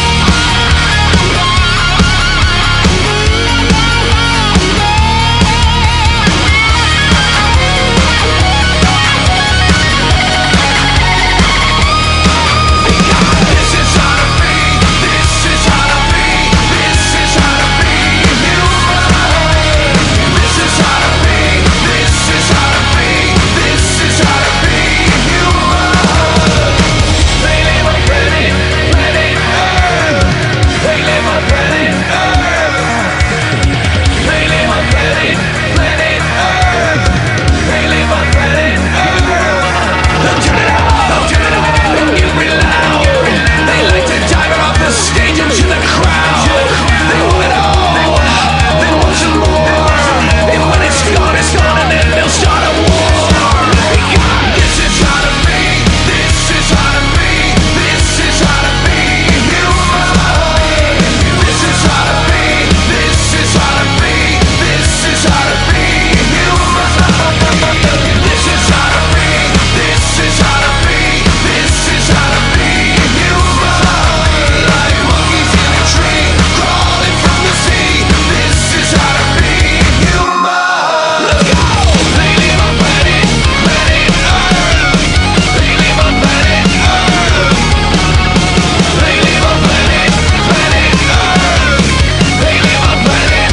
This is how to be. This is how to be. This is how to be human. This is how to be. This is how to be. This is how to be human. They live on planet, planet Earth. They live on planet Earth. They live on planet, planet Earth. They live on planet Earth. They'll turn it up, they'll turn it up and get real loud. They like to dive it off the stage into the crowd. They want it all, they want some more. And when it's gone, it's gone, and then they'll start a war. This is how to be. This is how to be. This is how to be human. This is how to be. This is how to be. This is how to be human. This is how to be. This is how to be. This is how to be human. Like monkeys in a tree, crawling from the sea. This is how to be human. Let's go. They live on planet, planet Earth. They live on planet Earth. They live on planet, planet Earth. They live on planet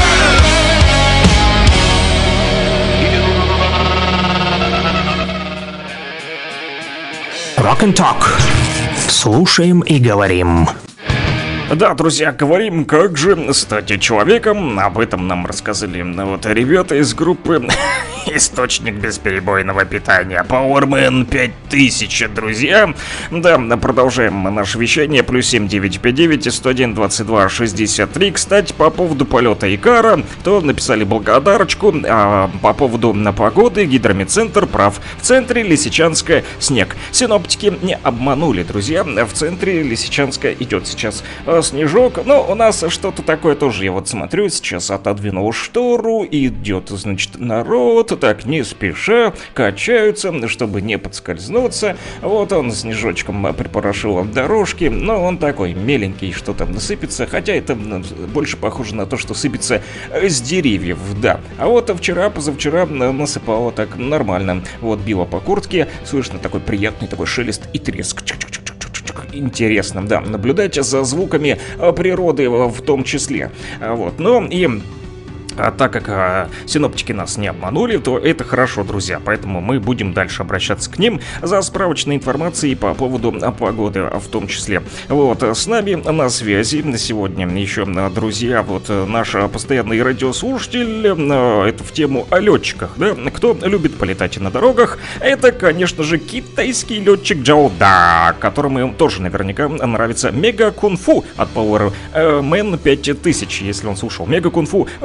Rock and Talk. Слушаем и говорим. Да, друзья, говорим, как же стать человеком. Об этом нам рассказали вот ребята из группы «Источник бесперебойного питания» Powerman пять тысяч, друзья. Да, продолжаем наше вещание. Плюс семь девять пять девять сто один двадцать два шестьдесят три. Кстати, по поводу полета Икара, то написали благодарочку. А по поводу на погоды Гидромедцентр прав. В центре Лисичанска снег. Синоптики не обманули, друзья. В центре Лисичанска идет сейчас снежок. Но у нас что-то такое тоже. Я вот смотрю, сейчас отодвинул штору, идет, значит, народ. Так, не спеша, качаются, чтобы не подскользнуться. Вот он снежочком припорошил дорожки. Но он такой меленький, что там насыпется. Хотя это больше похоже на то, что сыпется с деревьев, да. А вот вчера, позавчера насыпало так нормально. Вот било по куртке. Слышно такой приятный такой шелест и треск. Интересно, да, наблюдать за звуками природы в том числе. Вот, ну и... А так как а, синоптики нас не обманули, то это хорошо, друзья. Поэтому мы будем дальше обращаться к ним за справочной информацией по поводу а, погоды в том числе. Вот, с нами на связи сегодня еще, друзья, вот наш постоянный радиослушатель. Это в тему о летчиках, да? Кто любит полетать на дорогах, это, конечно же, китайский летчик Джао Да, которому тоже наверняка нравится Мега Кунг Фу от Powerman пять тысяч, если он слушал Мега Кунг Фу радио.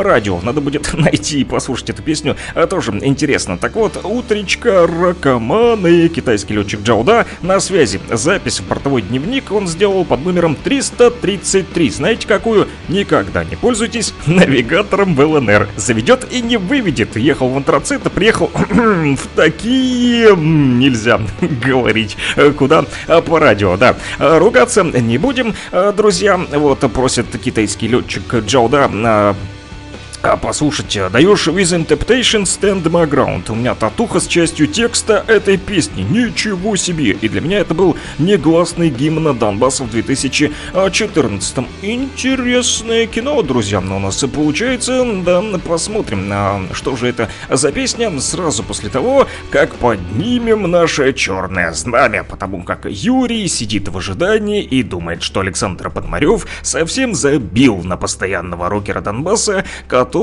надо будет найти и послушать эту песню, а, тоже интересно. Так вот, утречка, ракоманы, китайский летчик Джауда на связи. Запись в бортовой дневник он сделал под номером триста тридцать три. Знаете какую? Никогда не пользуйтесь навигатором в эл эн эр. Заведет и не выведет. Ехал в антрацит, а приехал в такие... Нельзя говорить. Куда? По радио, да. Ругаться не будем, друзья. Вот просит китайский летчик Джауда послушать. Даешь With Temptation Stand My Ground. У меня татуха с частью текста этой песни. Ничего себе. И для меня это был негласный гимн Донбасса в две тысячи четырнадцатом. Интересное кино, друзья, у нас получается. Да, посмотрим, что же это за песня сразу после того, как поднимем наше черное знамя. Потому как Юрий сидит в ожидании и думает, что Александр Подмарев совсем забил на постоянного рокера Донбасса, который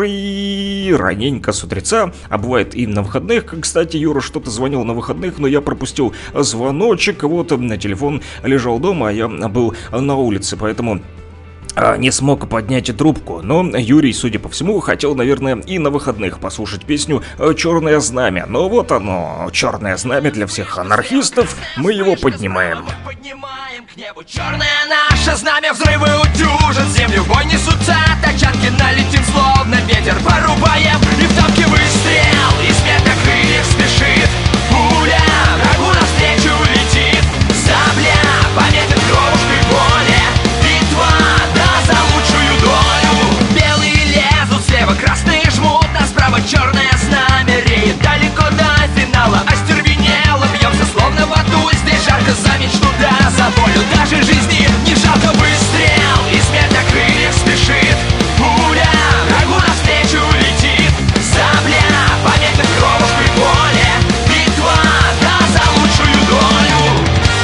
раненько с утреца, а бывает и на выходных. Кстати, Юра что-то звонил на выходных, но я пропустил звоночек. Вот на телефон лежал дома, а я был на улице, поэтому не смог поднять трубку. Но Юрий, судя по всему, хотел, наверное, и на выходных послушать песню «Черное знамя». Но вот оно, черное знамя для всех анархистов. Мы его поднимаем. Поднимаем к небу черное наше знамя. Взрывы утюжат землю, в бой несутся тачанки. Налетим словно ветер, порубаем. И в танке выстрел, и смерть на крыльях спешит. Пуля врагу навстречу летит. Сабля пометит кровушкой поле. Битва, да, за лучшую долю. Белые лезут слева, красные жмут, а справа черное знамя реет. Далеко до финала остервенело бьемся словно в аду. Здесь жарко за мечту, да, за волю. Даже жизни не жалко. Выстрел, и смерть на крыльях спешит. Пуля врагу навстречу летит. Сабля пометит кровушкой поле. Битва, да, за лучшую долю.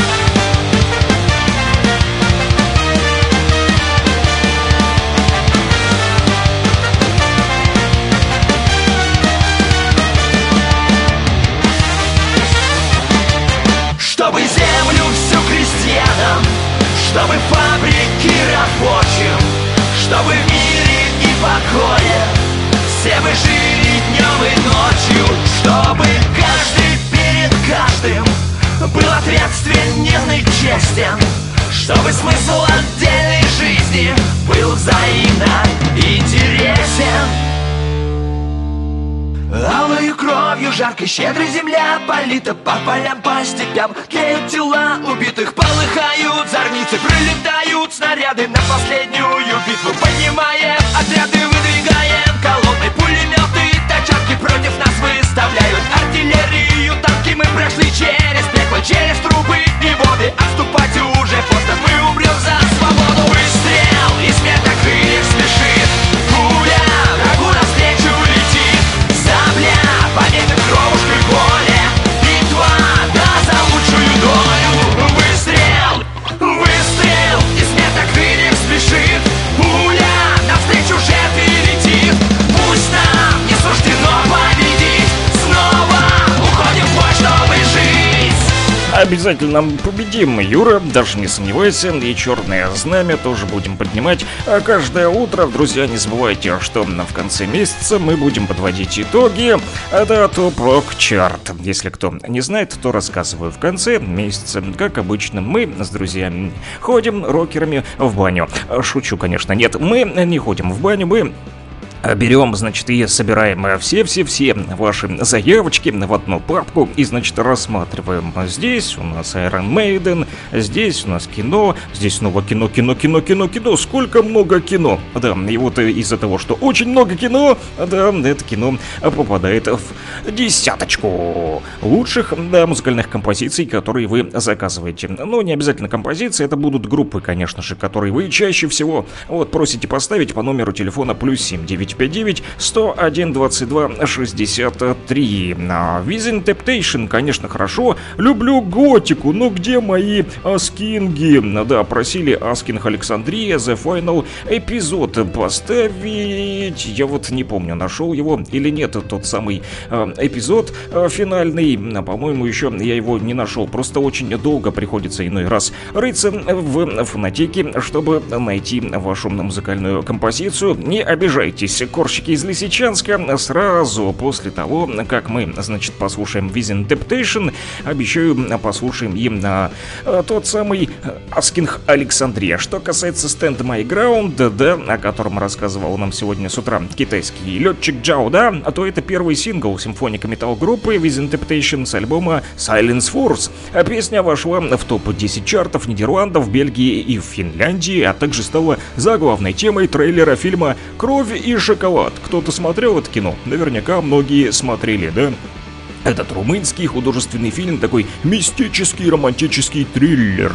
Чтобы землю всю крестьянам, чтобы фабрики рабочим, чтобы в мире и покое все мы жили днем и ночью, чтобы каждый перед каждым был ответственен и честен, чтобы смысл отдельной жизни был взаимно интересен. Алою кровью жаркой щедрой земля полита по полям, по степям. Тлеют тела убитых, полыхают зорницы, прилетают снаряды на последнюю битву. Поднимаем отряды, выдвигаем колонны, пулеметы, тачанки против нас выставляют артиллерию, танки. Мы прошли через пекло, через трубы и воды. Отступать уже поздно, мы умрем за свободу. Выстрел, и смерть на крыльях спешит. Пуля врагу навстречу летит. Сабля пометит кровушкой поле. Битва, да, за лучшую долю. Выстрел, выстрел, и смерть на крыльях спешит. Пуля навстречу жертве летит. Пусть нам не суждено победить. Снова уходим в бой, чтобы жить. Обязательно победим, Юра, даже не сомневайся. И черное знамя тоже будем поднимать каждое утро. Друзья, не забывайте, что в конце месяца мы будем подводить итоги. Это топ-рок-чарт. Если кто не знает, то рассказываю. В конце месяца, как обычно, мы с друзьями ходим рокерами в баню. Шучу, конечно, нет, мы не ходим в баню, мы... Берем, значит, и собираем все-все-все ваши заявочки в одну папку и, значит, рассматриваем. Здесь у нас Iron Maiden, здесь у нас кино, здесь снова кино, кино, кино, кино, кино. Сколько много кино. Да, и вот из-за того, что очень много кино, да, это кино попадает в десяточку лучших, да, музыкальных композиций, которые вы заказываете. Но не обязательно композиции, это будут группы, конечно же, которые вы чаще всего вот просите поставить по номеру телефона плюс семь девять пять девять сто один двадцать два шестьдесят три. With Temptation, конечно, хорошо. Люблю готику, но где мои аскинги? Да, просили Аскинг Александрия, The Final эпизод поставить. Я вот не помню, нашел его или нет, тот самый э, эпизод э, финальный. По-моему, еще я его не нашел. Просто очень долго приходится иной раз рыться в фонотеке, чтобы найти вашу музыкальную композицию. Не обижайтесь. здесь корщики из Лисичанска. Сразу после того, как мы, значит, послушаем Within Temptation, обещаю, послушаем им на тот самый Asking Alexandria. Что касается Stand My Ground, да, о котором рассказывал нам сегодня с утра китайский летчик Джао, да, то это первый сингл симфоника метал-группы Within Temptation с альбома Silence Force. Песня вошла в топ десять чартов Нидерландов, Бельгии и Финляндии, а также стала заглавной темой трейлера фильма «Кровь и шоколад». Кто-то смотрел это кино? Наверняка многие смотрели, да? Этот румынский художественный фильм, такой мистический романтический триллер.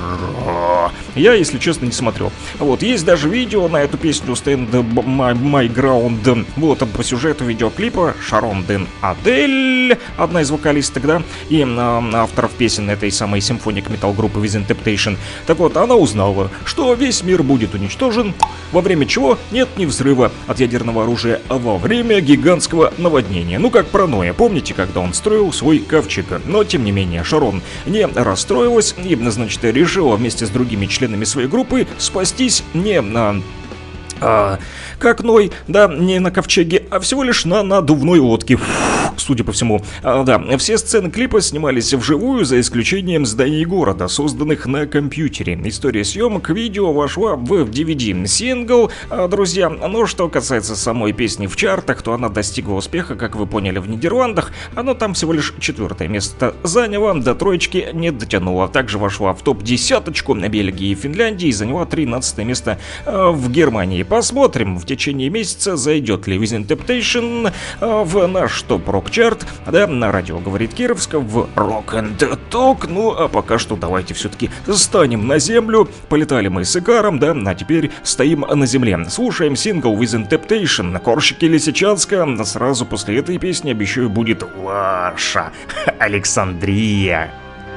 Я, если честно, не смотрел. Вот, есть даже видео на эту песню Stand My, My Ground. Вот, по сюжету видеоклипа Шарон Ден Адель, одна из вокалисток, да, и э, авторов песен этой самой симфоник метал группы Within Temptation. Так вот, она узнала, что весь мир будет уничтожен, во время чего нет ни взрыва от ядерного оружия, а во время гигантского наводнения. Ну, как про Ноя, помните, когда он строил свой ковчег? Но, тем не менее, Шарон не расстроилась и, значит, решила вместе с другими членами своей группы спастись не на... А, как Ной, да, не на ковчеге, а всего лишь на надувной лодке. Фу, судя по всему. А, да, все сцены клипа снимались вживую, за исключением зданий города, созданных на компьютере. История съемок видео вошла в ди ви ди-сингл, а, друзья. Но что касается самой песни в чартах, то она достигла успеха, как вы поняли, в Нидерландах. Она там всего лишь четвертое место заняла, до троечки не дотянула. Также вошла в топ-десяточку на Бельгии и Финляндии и заняла тринадцатое место а, в Германии. Посмотрим в течение месяца, зайдет ли Within Temptation в наш топ-рок-чарт, да, на радио «Говорит Кировск» в Rock and Talk. Ну, а пока что давайте все-таки станем на землю. Полетали мы с Икаром, да, а теперь стоим на земле. Слушаем сингл Within Temptation, корщики Лисичанска. Сразу после этой песни, обещаю, будет ваша Александрия.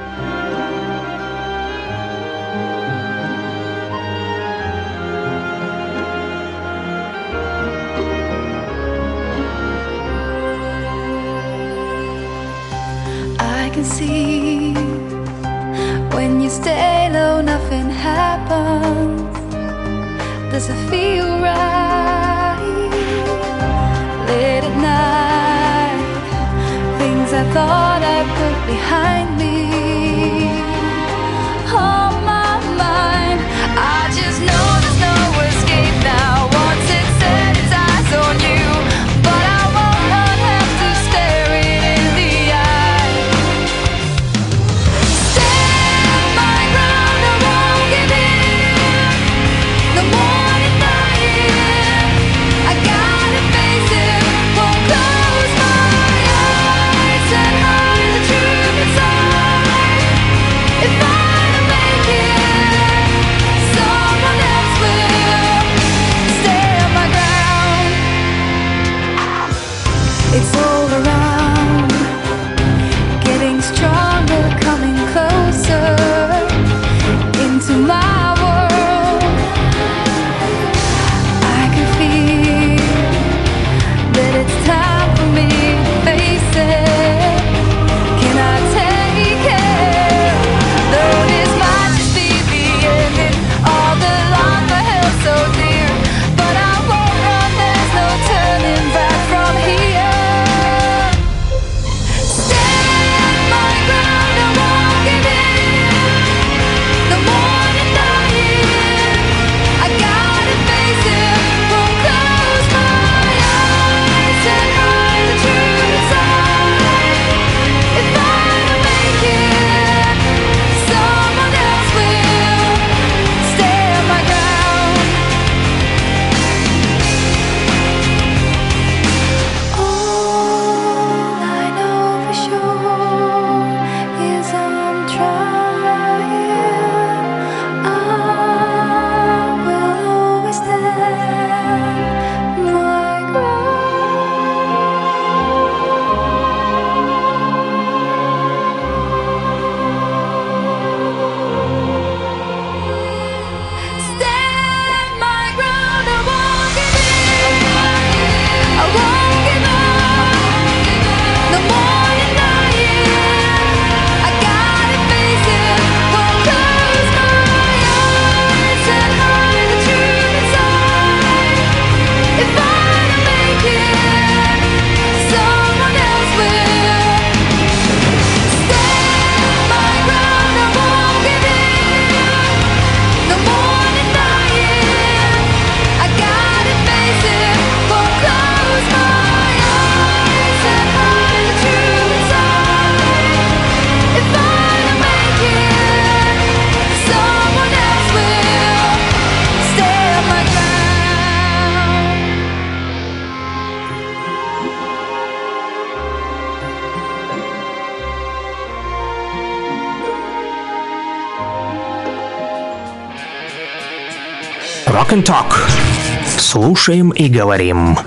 I can see when you stay low, nothing happens. Does it feel right? Late at night, things I thought I put behind me on my mind. I just know there's no escape now. Once it set its eyes on you, but I won't have to stare it in the eye. Stand my ground, I won't give in. No more denying, I gotta face it. Won't close my eyes and hide the truth inside. Rock and Talk. Слушаем и говорим.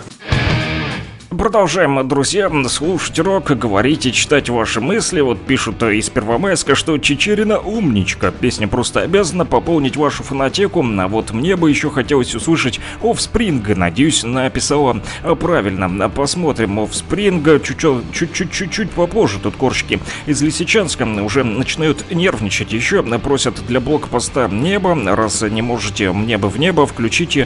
Продолжаем, друзья, слушать рок, говорить и читать ваши мысли. Вот пишут из Первомайска, что Чичерина умничка. Песня просто обязана пополнить вашу фонотеку. А вот мне бы еще хотелось услышать Offspring. Надеюсь, написала правильно. Посмотрим Offspring чуть-чуть попозже. Тут корчики из Лисичанска уже начинают нервничать. Еще просят для блокпоста «Небо». Раз не можете «Небо в небо», включите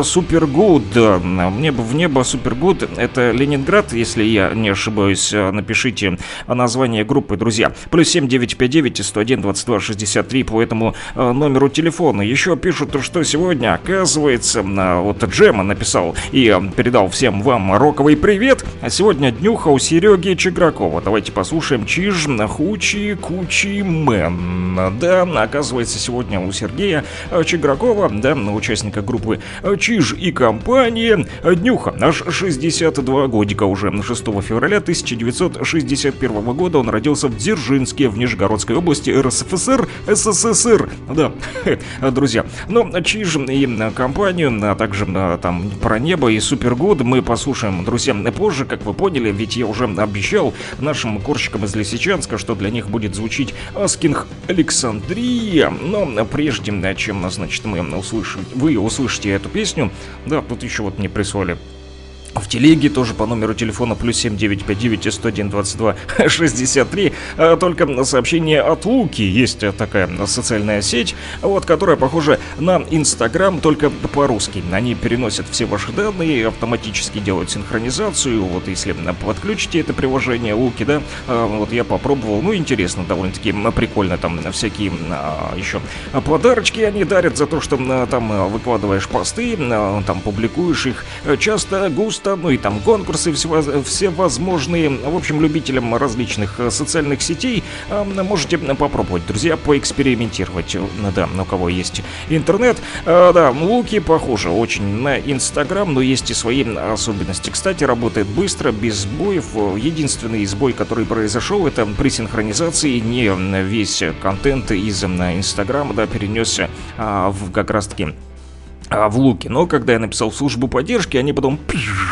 Super-Good. «Небо в небо», Super-Good. Это Ленинград, если я не ошибаюсь. Напишите название группы, друзья. Плюс семь девять пять девять сто один двадцать два шестьдесят три по этому номеру телефона. Еще пишут, что сегодня, оказывается, вот Джема написал и передал всем вам роковый привет. А сегодня днюха у Сереги Чигракова. Давайте послушаем Чиж Хучи Кучи Мэн. Да, оказывается, сегодня у Сергея Чигракова, да, участника группы Чиж и компания, днюха. Аж шестьдесят два годика уже. шестого февраля тысяча девятьсот шестьдесят первого года он родился в Дзержинске в Нижегородской области РСФСР, СССР. Да, друзья. Но Чиж и компанию, а также там про небо и Super-Good мы послушаем, друзья, позже, как вы поняли, ведь я уже обещал нашим корщикам из Лисичанска, что для них будет звучить Аскинг Александрия. Но прежде чем, значит, мы услышим, вы услышите эту песню, да, тут еще вот мне прислали в телеге, тоже по номеру телефона плюс семь девять пять девять сто один двадцать два шестьдесят три. Только сообщение от Луки. Есть такая социальная сеть, вот, которая похожа на Инстаграм, только по-русски. Они переносят все ваши данные, автоматически делают синхронизацию. Вот если подключите это приложение Луки, да, вот я попробовал, ну интересно, довольно-таки прикольно, там всякие еще подарочки они дарят за то, что там выкладываешь посты, там публикуешь их часто, густо. Ну и там конкурсы всевозможные. В общем, любителям различных социальных сетей можете попробовать, друзья, поэкспериментировать. Да, у кого есть интернет. Да, Луки похожи очень на Инстаграм, но есть и свои особенности. Кстати, работает быстро, без сбоев. Единственный сбой, который произошел, это при синхронизации не весь контент из Инстаграма, да, перенесся в как раз-таки в Луки. Но когда я написал в службу поддержки, они потом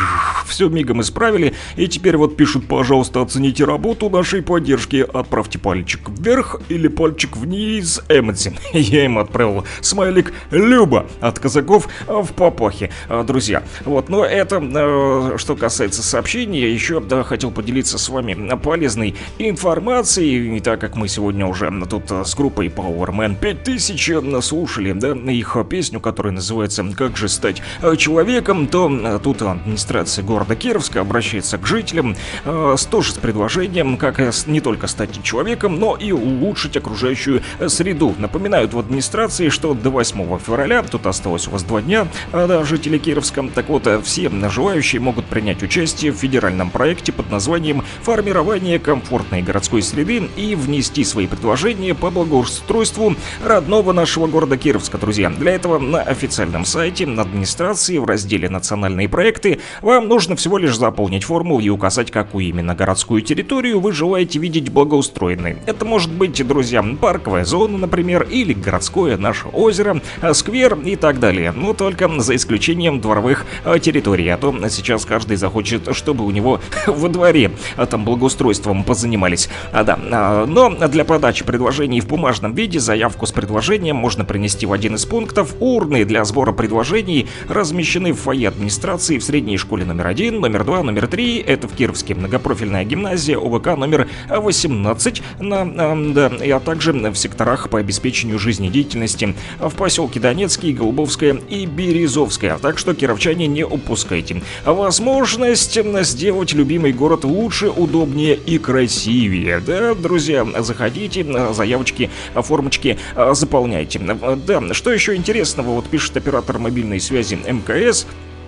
все мигом исправили. И теперь вот пишут: пожалуйста, оцените работу нашей поддержки, отправьте пальчик вверх или пальчик вниз эмодзи. Я им отправил смайлик Люба от казаков в папахе, друзья. Вот, но это что касается сообщений. Я еще, да, хотел поделиться с вами полезной информацией. И так как мы сегодня уже тут с группой Powerman пять тысяч слушали, да, их песню, которая называется «Как же стать человеком», то тут администрация города Кировска обращается к жителям э, тоже с предложением, как не только стать человеком, но и улучшить окружающую среду. Напоминают в администрации, что до восьмого февраля, тут осталось у вас два дня, э, да, жители Кировска, так вот, все желающие могут принять участие в федеральном проекте под названием «Формирование комфортной городской среды» и внести свои предложения по благоустройству родного нашего города Кировска, друзья. Для этого на официальном сайте администрации в разделе «Национальные проекты» вам нужно всего лишь заполнить форму и указать, какую именно городскую территорию вы желаете видеть благоустроенной. Это может быть, друзья, парковая зона, например, или городское наше озеро, сквер и так далее. Но только за исключением дворовых территорий. А то сейчас каждый захочет, чтобы у него во дворе там благоустройством позанимались. А, да. Но для подачи предложений в бумажном виде заявку с предложением можно принести в один из пунктов. Урны для сбора предложений размещены в фойе администрации в средней школе номер один, номер два, номер три. Это в Кировске многопрофильная гимназия ОВК номер восемнадцать, на, да, а также в секторах по обеспечению жизнедеятельности в поселке Донецкий, Голубовская и Березовская. Так что, кировчане, не упускайте возможность сделать любимый город лучше, удобнее и красивее. Да, друзья, заходите, заявочки, формочки заполняйте. Да, что еще интересного, вот пишет оператор мобильной связи МКС.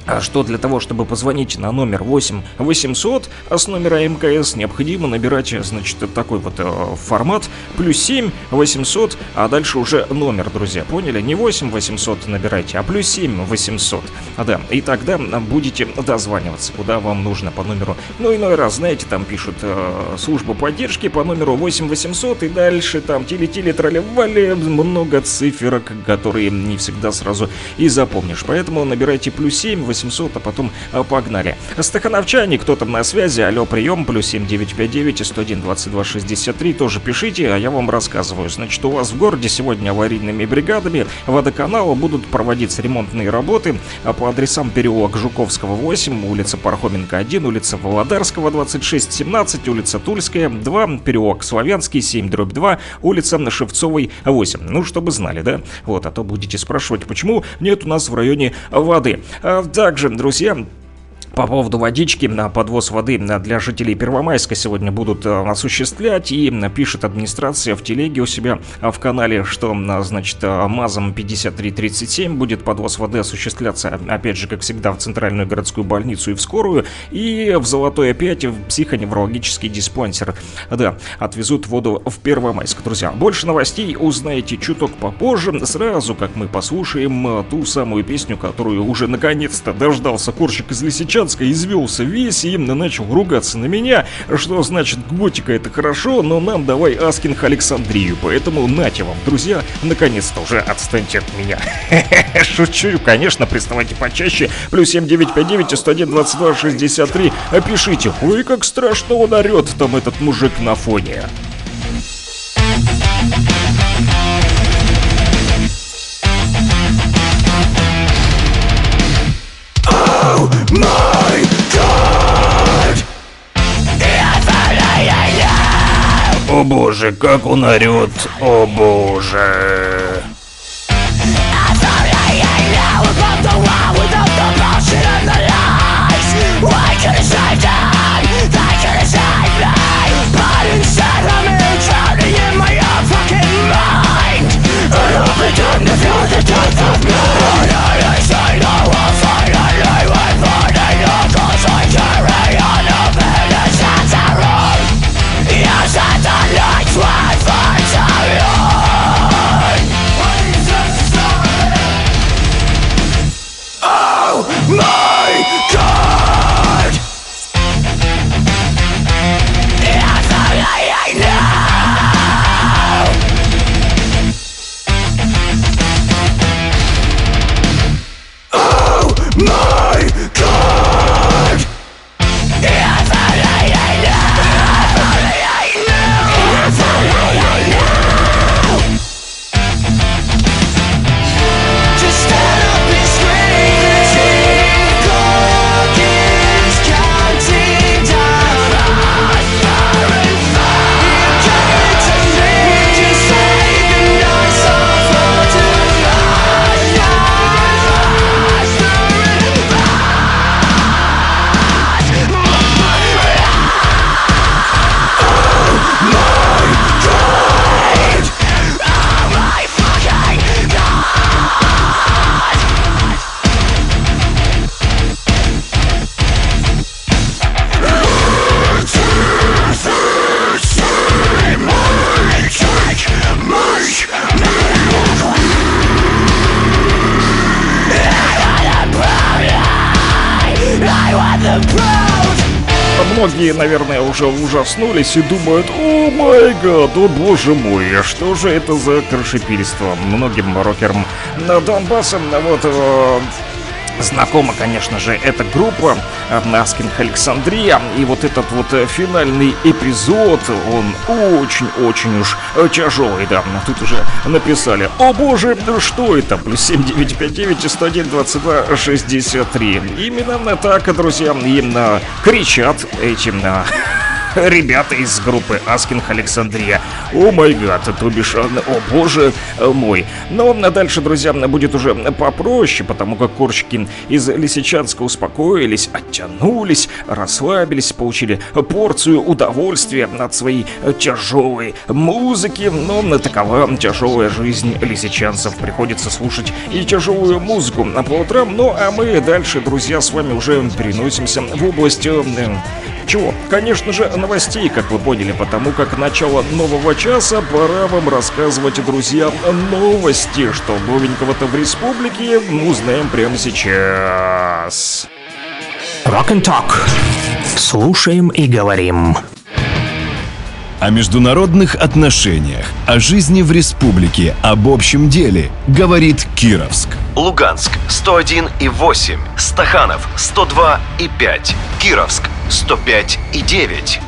что для того, чтобы позвонить на номер восемь восемьсот с номера МКС, необходимо набирать, значит, такой вот э, формат плюс семь восемьсот, а дальше уже номер, друзья, поняли? Не восемь восемьсот набирайте, а плюс семь восемьсот, да, и тогда будете дозваниваться, куда вам нужно по номеру. Ну, иной раз, знаете, там пишут э, служба поддержки по номеру восемь восемьсот, и дальше там тили-тили, трали-вали, много циферок, которые не всегда сразу и запомнишь, поэтому набирайте плюс семь восемьсот, а потом а, погнали. Стахановчане, кто там на связи? Алло, прием, плюс семь девятьсот пятьдесят девять сто один двадцать два шестьдесят три, тоже пишите, а я вам рассказываю. Значит, у вас в городе сегодня аварийными бригадами водоканала будут проводиться ремонтные работы по адресам: переулок Жуковского восемь, улица Пархоменко один, улица Володарского двадцать шесть семнадцать, улица Тульская два, переулок Славянский семь дробь два, улица Шевцовой восемь. Ну, чтобы знали, да? Вот, а то будете спрашивать, почему нет у нас в районе воды. А, также, друзья, по поводу водички, на подвоз воды для жителей Первомайска сегодня будут осуществлять, и пишет администрация в телеге у себя в канале, что, значит, МАЗом пятьдесят три тридцать семь будет подвоз воды осуществляться, опять же, как всегда, в центральную городскую больницу и в скорую, и в Золотой опять в психоневрологический диспансер. Да, отвезут воду в Первомайск, друзья. Больше новостей узнаете чуток попозже, сразу как мы послушаем ту самую песню, которую уже наконец-то дождался Корщик из Лисичанска, извелся весь и начал ругаться на меня, что значит готика это хорошо, но нам давай Аскинг Александрию, поэтому нате вам, друзья, наконец-то уже отстаньте от меня. Шучу, конечно, приставайте почаще, плюс семь девятьсот пятьдесят девять сто один двадцать два шестьдесят три, пишите, ой, как страшно он орет там этот мужик на фоне. Oh my God! О боже, как он орет, о боже. Многие, наверное, уже ужаснулись и думают: о май гад, о боже мой, что же это за крошепильство. Многим рокерам Донбасса вот э, знакома, конечно же, эта группа Аскинг Александрия. И вот этот вот финальный эпизод, он очень-очень уж тяжелый, да. Тут уже написали: о боже, что это? Плюс семь девятьсот пятьдесят девять сто один двадцать два шестьдесят три. Именно так, друзья, именно кричат этим ребята из группы Asking Alexandria. О май гад, то бишь, о боже мой. Но дальше, друзья, будет уже попроще, потому как корчики из Лисичанска успокоились, оттянулись, расслабились, получили порцию удовольствия от своей тяжелой музыки. Но такова тяжелая жизнь лисичанцев. Приходится слушать и тяжелую музыку по утрам. Ну а мы дальше, друзья, с вами уже переносимся в область... Чего? Конечно же, новостей, как вы поняли, потому как начало нового часа, пора вам рассказывать, друзья, новости. Что новенького-то в республике, мы узнаем прямо сейчас. Rock and Talk. Слушаем и говорим. О международных отношениях, о жизни в республике, об общем деле, говорит Кировск. Луганск сто один и восемь, Стаханов сто два и пять, Кировск сто пять и девять.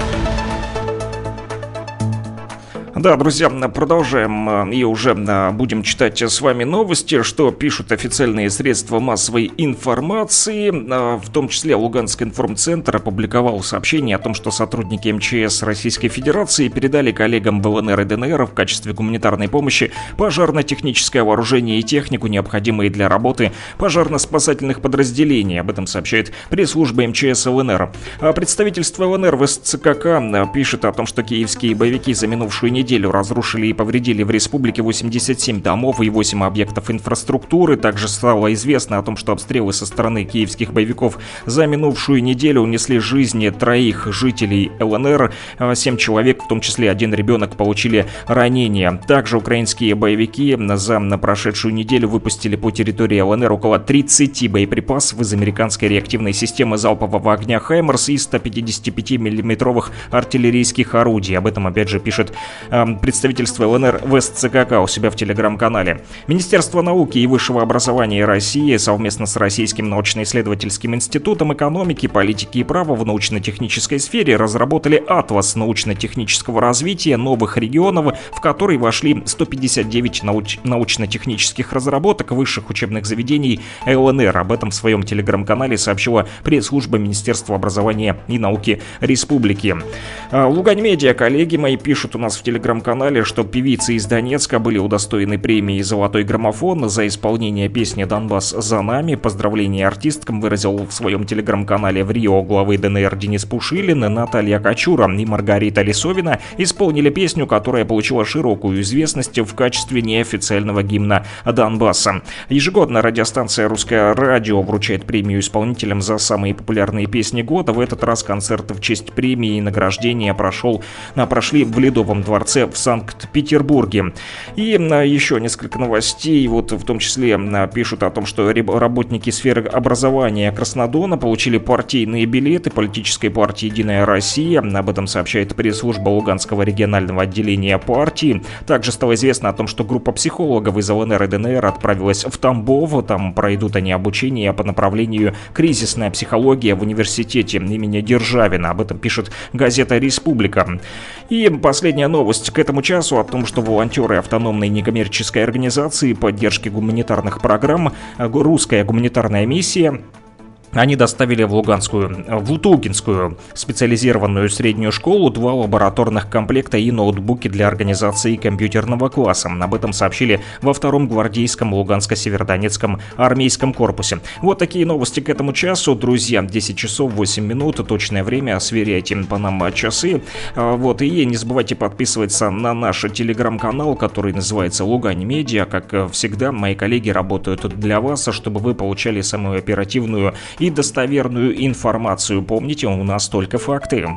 Да, друзья, продолжаем и уже будем читать с вами новости, что пишут официальные средства массовой информации. В том числе Луганский информцентр опубликовал сообщение о том, что сотрудники эм че эс Российской Федерации передали коллегам в эл эн эр и дэ эн эр в качестве гуманитарной помощи пожарно-техническое вооружение и технику, необходимые для работы пожарно-спасательных подразделений. Об этом сообщает пресс-служба эм че эс эл эн эр. А представительство эл эн эр в эс цэ ка ка пишет о том, что киевские боевики за минувшую неделю неделю разрушили и повредили в республике восемьдесят семь домов и восемь объектов инфраструктуры. Также стало известно о том, что обстрелы со стороны киевских боевиков за минувшую неделю унесли жизни троих жителей эл эн эр. Семь человек, в том числе один ребенок, получили ранения. Также украинские боевики за прошедшую неделю выпустили по территории эл эн эр около тридцати боеприпасов из американской реактивной системы залпового огня «Хаймерс» и ста пятидесяти пяти миллиметровых артиллерийских орудий. Об этом опять же пишет представительство эл эн эр в эс цэ ка ка у себя в телеграм-канале. Министерство науки и высшего образования России совместно с Российским научно-исследовательским институтом экономики, политики и права в научно-технической сфере разработали атлас научно-технического развития новых регионов, в который вошли сто пятьдесят девять науч- научно-технических разработок высших учебных заведений эл эн эр. Об этом в своем телеграм-канале сообщила пресс-служба Министерства образования и науки Республики. Лугань Медиа, коллеги мои, пишут у нас в телеграм-канале, что певицы из Донецка были удостоены премии «Золотой граммофон» за исполнение песни «Донбасс за нами». Поздравления артисткам выразил в своем телеграм-канале в Рио главы дэ эн эр Денис Пушилин, Наталья Кочура и Маргарита Лисовина исполнили песню, которая получила широкую известность в качестве неофициального гимна Донбасса. Ежегодно радиостанция «Русское радио» вручает премию исполнителям за самые популярные песни года. В этот раз концерт в честь премии и награждения прошел, прошли в Ледовом дворце в Санкт-Петербурге. И еще несколько новостей, вот в том числе пишут о том, что работники сферы образования Краснодона получили партийные билеты политической партии «Единая Россия». Об этом сообщает пресс-служба Луганского регионального отделения партии. Также стало известно о том, что группа психологов из эл эн эр и дэ эн эр отправилась в Тамбов. Там пройдут они обучение по направлению кризисная психология в университете имени Державина. Об этом пишет газета «Республика». И последняя новость к этому часу о том, что волонтеры автономной некоммерческой организации поддержки гуманитарных программ «Русская гуманитарная миссия» они доставили в Луганскую, в Лутулкинскую специализированную среднюю школу два лабораторных комплекта и ноутбуки для организации компьютерного класса. Об этом сообщили во втором гвардейском Луганско-Северодонецком армейском корпусе. Вот такие новости к этому часу, друзья. десять часов восемь минут, точное время, сверяйте по нам часы. Вот, и не забывайте подписываться на наш телеграм-канал, который называется Лугань Медиа. Как всегда, мои коллеги работают для вас, чтобы вы получали самую оперативную и достоверную информацию. Помните, у нас только факты.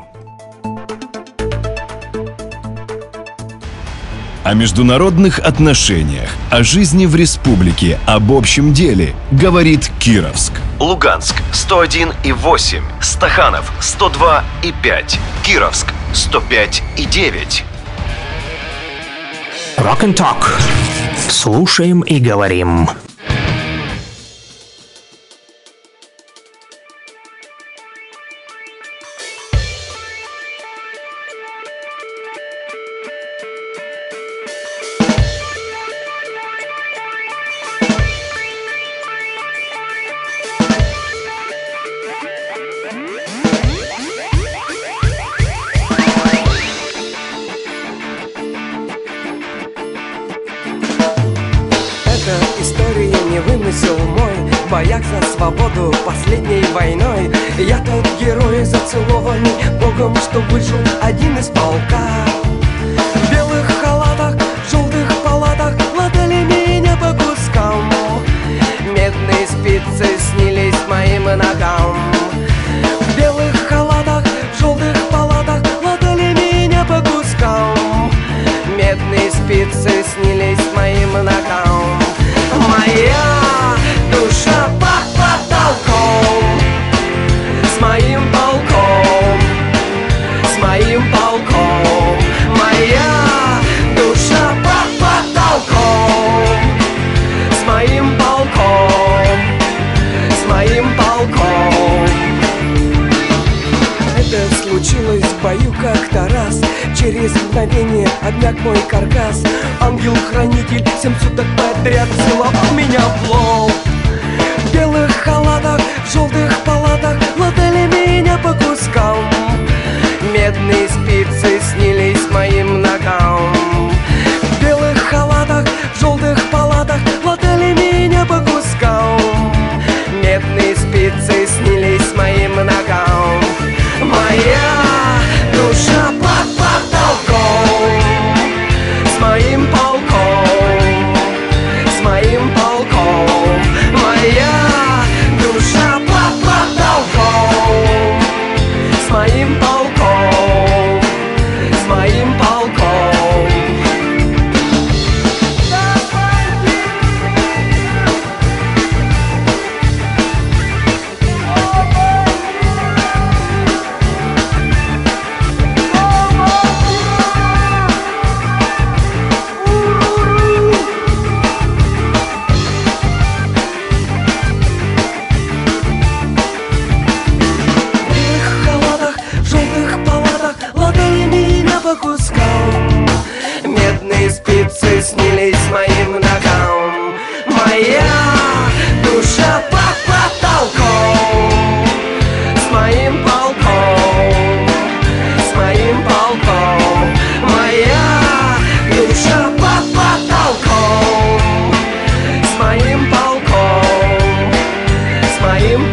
О международных отношениях, о жизни в республике, об общем деле, говорит Кировск. Луганск сто один и восемь, Стаханов сто два и пять, Кировск сто пять и девять. Rock and Talk. Слушаем и говорим. замысел мой в боях за свободу последней войной. Я тот герой, зацелованный Богом, что выжил один из полка. В белых халатах, в желтых палатах латали меня по кускам. Медные спицы снились моим ногам. В белых халатах, в желтых палатах латали меня по кускам. Медные спицы снились моим ногам. Моя душа под потолком, с моим полком, с моим полком. Моя душа под потолком, с моим полком, с моим полком. Это случилось в бою как-то раз. Через мгновение обмяк мой каркас. Ангел-хранитель семь суток подряд целовал меня в лоб. В белых халатах, в желтых палатах латали меня по кускам. Медные спицы снились моим ногам. В белых халатах, в желтых палатах латали меня по кускам. Медные спицы снились моим ногам. Моя душа под потолком, с моим полком, с моим полком. Моя душа под потолком, с моим полком, с моим полком. Спицы снились моим ногам. Моя душа под потолком, с моим полком, с моим полком. Моя душа под потолком, с моим полком, с моим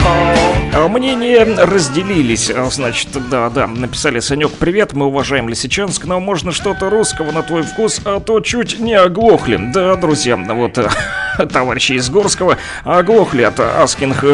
полком. Мнения разделились, значит, да-да, написали: Санек, привет, мы уважаем Лисичанск, но можно что-то русского на твой вкус, а то чуть не оглохли. Да, друзья, вот товарищи из Горского оглохли от Аскинг.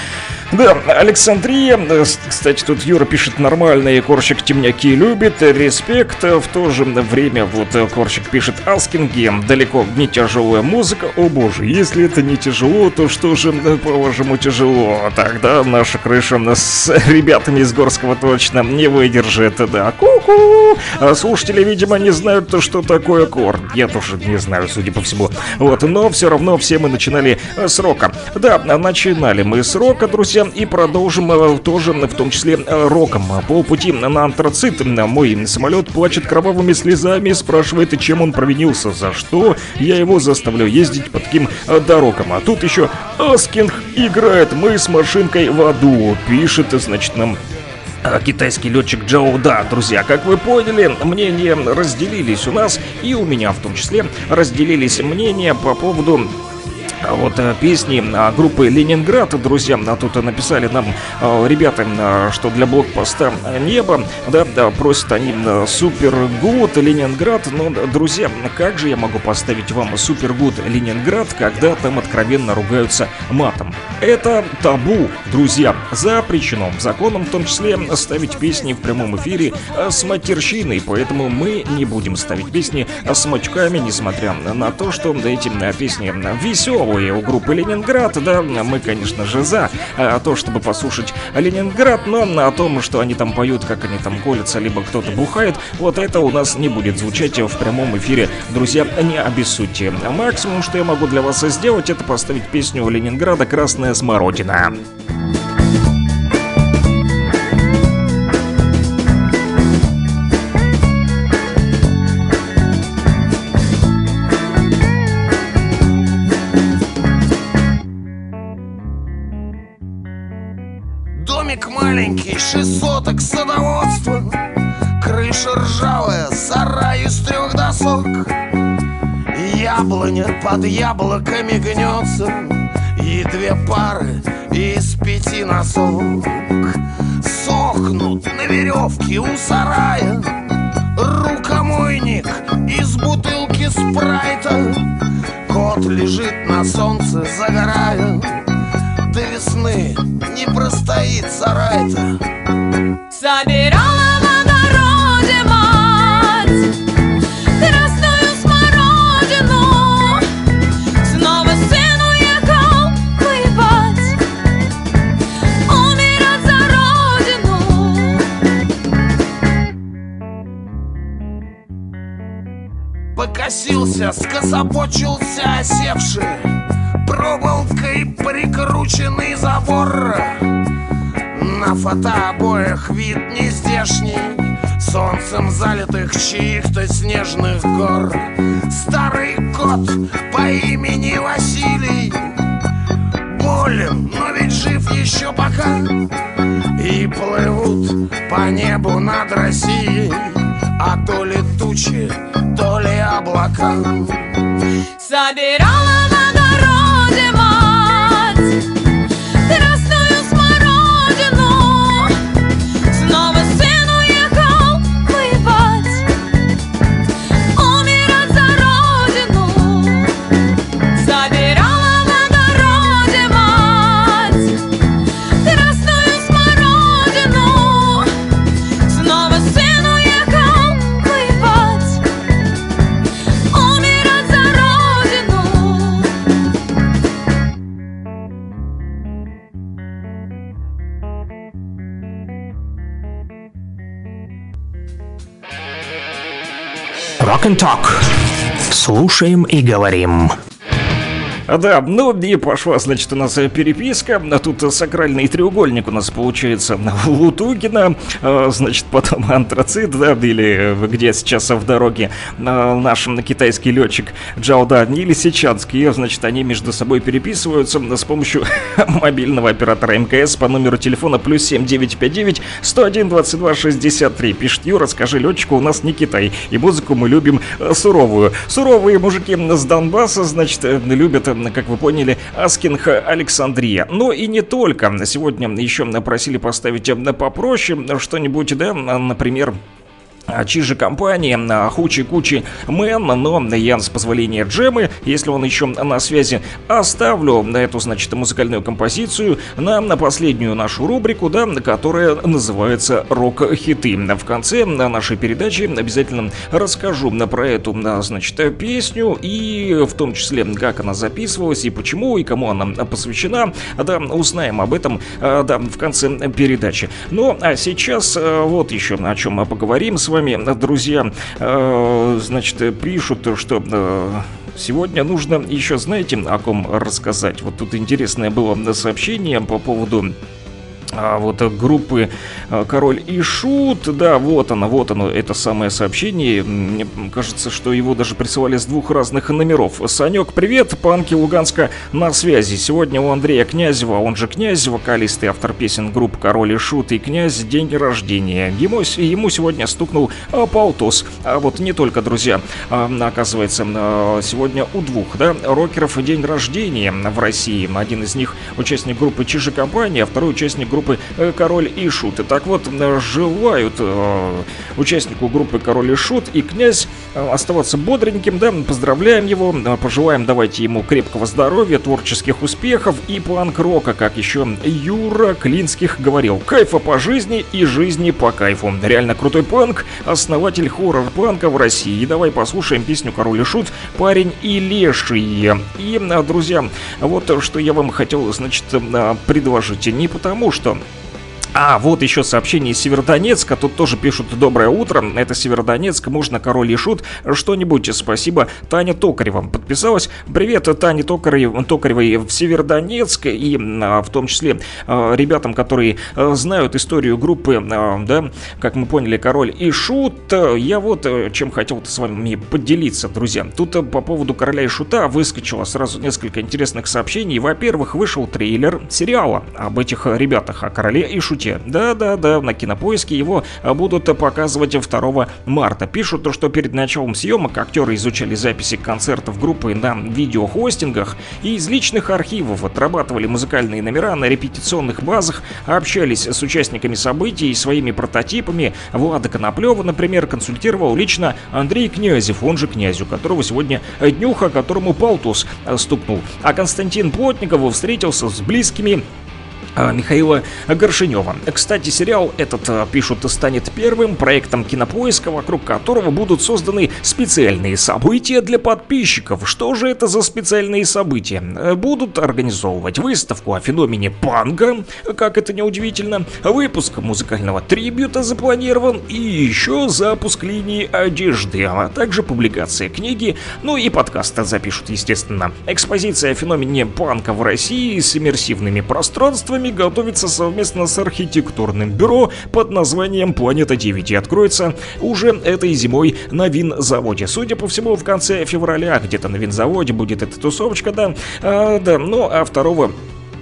Да, Александрия. Кстати, тут Юра пишет: нормально, Корщик темняки любит, респект. В то же время вот Корщик пишет: Аскинги, далеко не тяжелая музыка. О боже, если это не тяжело, то что же, по-вашему, тяжело? Тогда наша крыша с ребятами из Горского точно не выдержит. Да, ку-ку. А слушатели, видимо, не знают, что такое кор. Я тоже не знаю, судя по всему. Вот, но все равно все мы начинали с рока. Да, начинали мы с рока, друзья. И продолжим тоже, в том числе, роком. По пути на Антрацит мой самолет плачет кровавыми слезами, спрашивает, чем он провинился, за что я его заставляю ездить по таким дорогам. А тут еще Аскинг играет, мы с машинкой в аду, пишет, значит, нам китайский летчик Джоу. Да, друзья, как вы поняли, мнения разделились у нас, и у меня в том числе разделились мнения по поводу А вот а, песни а, группы «Ленинград», друзья, а, тут а, написали нам а, ребята, а, что для блокпоста «Небо», да, да, просят они а, «Супер Гуд Ленинград». Но, друзья, как же я могу поставить вам «Супер Гуд Ленинград», когда там откровенно ругаются матом? Это табу, друзья, запрещено законом, в том числе, ставить песни в прямом эфире а, с матерщиной, поэтому мы не будем ставить песни а, с матюками, несмотря на то, что эти а, песни веселые у группы «Ленинград», да, мы, конечно же, за а, то, чтобы послушать «Ленинград», но о том, что они там поют, как они там колятся, либо кто-то бухает, вот это у нас не будет звучать в прямом эфире, друзья, не обессудьте. Максимум, что я могу для вас сделать, это поставить песню «Ленинграда» «Красная смородина». Домик маленький, шесть соток садоводства, крыша ржавая, сарай из трех досок. Яблоня под яблоками гнется, и две пары из пяти носок сохнут на веревке у сарая. Рукомойник из бутылки спрайта. Кот лежит на солнце, загорая. До весны не простоит сарай-то. Собирала в огороде мать красную смородину. Снова сын уехал воевать, умирать за родину. Покосился, скособочился осевший, проволокой прикрученный забор. На фотообоях вид нездешний, солнцем залитых чьих-то снежных гор. Старый кот по имени Василий болен, но ведь жив еще пока. И плывут по небу над Россией, а то ли тучи, то ли облака. Собирала в огороде мать красную смородину. Снова сын уехал воевать, умирать за родину. Собирала в огороде мать красную смородину. Снова сын уехал воевать, умирать за родину. Rock and Talk. Слушаем и говорим. А, да, ну и пошла, значит, у нас переписка. А тут сакральный треугольник у нас получается. Лутугина, а, значит, потом антрацит, да, или где сейчас в дороге а, наш китайский летчик Джауда Нилисичанский. Значит, они между собой переписываются с помощью мобильного оператора МКС по номеру телефона плюс семь девять пять девять сто один двадцать два шестьдесят три. Пишет: Юра, скажи летчику, у нас не Китай, и музыку мы любим суровую. Суровые мужики с Донбасса, значит, любят, как вы поняли, Аскинг Александрия. Но и не только. Сегодня еще просили поставить попроще что-нибудь, да, например, Чижи компании, Хучи-Кучи Мэн, но я, с позволения Джемы, если он еще на связи, оставлю эту, значит, музыкальную композицию на, на последнюю нашу рубрику, да, которая называется «Рок-хиты». В конце нашей передачи обязательно расскажу про эту, значит, песню, и в том числе, как она записывалась, и почему, и кому она посвящена, да, узнаем об этом, да, в конце передачи. Ну, а сейчас вот еще о чем поговорим с вами. Друзья, э, значит, пишут, что э, сегодня нужно еще, знаете, о ком рассказать. Вот тут интересное было сообщение по поводу А вот группы «Король и Шут». Да, вот оно, вот оно, это самое сообщение. Мне кажется, что его даже присылали с двух разных номеров. Санек, привет, панки Луганска на связи. Сегодня у Андрея Князева, он же Князь, вокалист и автор песен групп «Король и Шут» и «Князь», день рождения. Ему, ему сегодня стукнул полтос. А вот не только, друзья, оказывается, сегодня у двух, да, рокеров день рождения в России. Один из них участник группы «Чижи компания», а второй участник группы группы «Король и Шут». И так вот, желают э, участнику группы «Король и Шут» и «Князь» э, оставаться бодреньким, да, поздравляем его, э, пожелаем, давайте ему крепкого здоровья, творческих успехов и панк-рока, как еще Юра Клинских говорил. Кайфа по жизни и жизни по кайфу. Реально крутой панк, основатель хоррор-панка в России. И давай послушаем песню «Король и Шут», «Парень и леший». И, друзья, вот что я вам хотел, значит, предложить. Не потому, что А, вот еще сообщение из Северодонецка. Тут тоже пишут: доброе утро, это Северодонецк, можно «Король и Шут» что-нибудь. Спасибо, Таня Токарева подписалась. Привет Тане Токаревой, Токаревой в Северодонецк. И а, в том числе а, ребятам, которые а, знают историю группы, а, да, как мы поняли, «Король и Шут». Я вот а, чем хотел с вами поделиться, друзья. Тут а, по поводу «Короля и Шута» выскочило сразу несколько интересных сообщений. Во-первых, вышел трейлер сериала об этих ребятах, о «Короле и Шуте». событие. Да-да-да, на Кинопоиске его будут показывать второго марта. Пишут, то, что перед началом съемок актеры изучали записи концертов группы на видеохостингах и из личных архивов отрабатывали музыкальные номера на репетиционных базах, общались с участниками событий и своими прототипами. Влада Коноплева, например, консультировал лично Андрей Князев, он же Князь, у которого сегодня днюха, которому палтус стукнул. А Константин Плотников встретился с близкими Михаила Горшинева. Кстати, сериал этот, пишут, станет первым проектом Кинопоиска, вокруг которого будут созданы специальные события для подписчиков. Что же это за специальные события? Будут организовывать выставку о феномене панка, как это не удивительно, выпуск музыкального трибьюта запланирован и еще запуск линии одежды, а также публикация книги, ну и подкаста запишут, естественно. Экспозиция о феномене панка в России с иммерсивными пространствами готовится совместно с архитектурным бюро под названием «Планета девять» и откроется уже этой зимой на винзаводе. Судя по всему, в конце февраля где-то на винзаводе будет эта тусовочка, да. А, да, ну а второго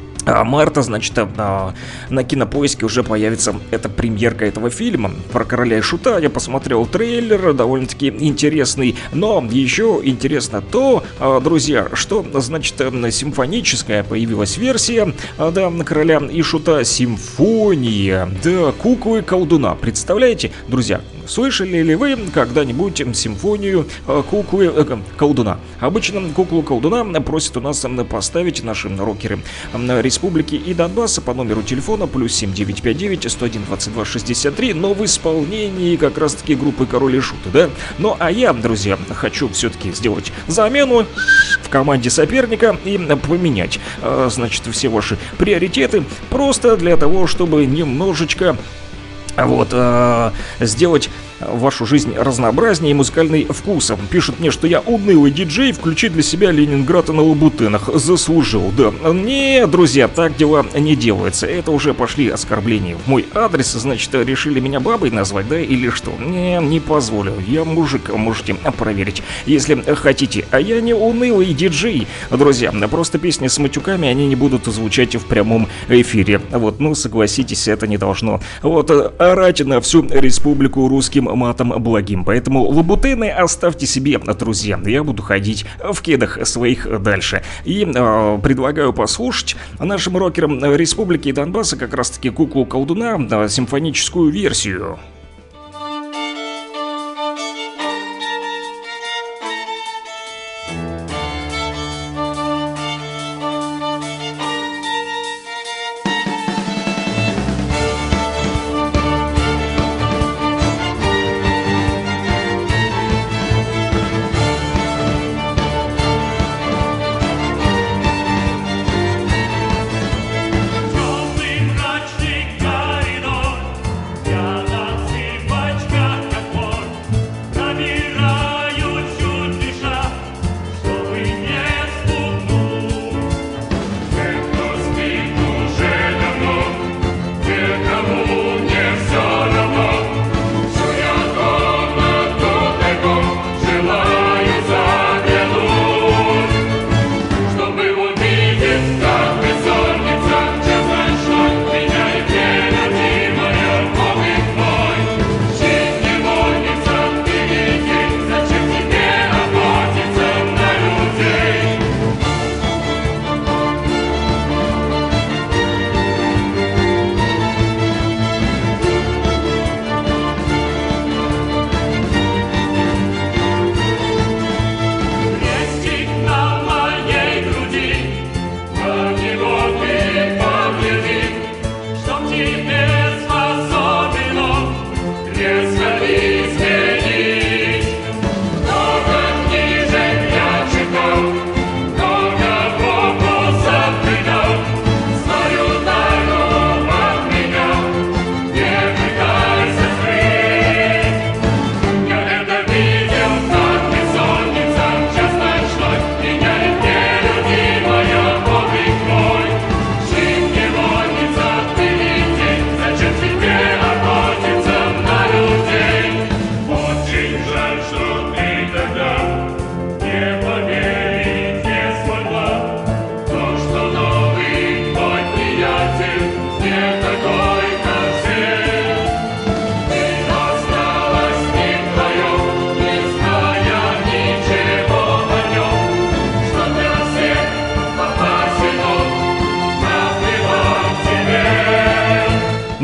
марта, значит, на Кинопоиске уже появится эта премьерка этого фильма про короля и шута. Я посмотрел трейлер, довольно-таки интересный. Но еще интересно то, друзья, что, значит, симфоническая появилась версия, да, короля и шута, симфония, да, куклы колдуна. Представляете, друзья? Слышали ли вы когда-нибудь симфонию куклы э, колдуна? Обычно куклу колдуна просят у нас поставить наши рокеры Республики и Донбасса по номеру телефона плюс семь девятьсот пятьдесят девять сто один двадцать два шестьдесят три, но в исполнении как раз-таки группы Король и Шут, да? Ну а я, друзья, хочу все-таки сделать замену в команде соперника и поменять, значит, все ваши приоритеты просто для того, чтобы немножечко вот, э, сделать вашу жизнь разнообразнее и музыкальной вкусом. Пишут мне, что я унылый диджей, включи для себя Ленинград на лабутенах. Заслужил, да. Не, друзья, так дела не делаются. Это уже пошли оскорбления в мой адрес. Значит, решили меня бабой назвать, да, или что? Не, не позволю. Я мужик, можете проверить, если хотите. А я не унылый диджей, друзья. Просто песни с матюками, они не будут звучать в прямом эфире. Вот, ну, согласитесь, это не должно. Вот, орать на всю республику русским матом благим. Поэтому лабутены оставьте себе, друзья. Я буду ходить в кедах своих дальше. И э, предлагаю послушать нашим рокерам Республики и Донбасса как раз-таки куклу колдуна, э, симфоническую версию. Темный мрачный коридор, я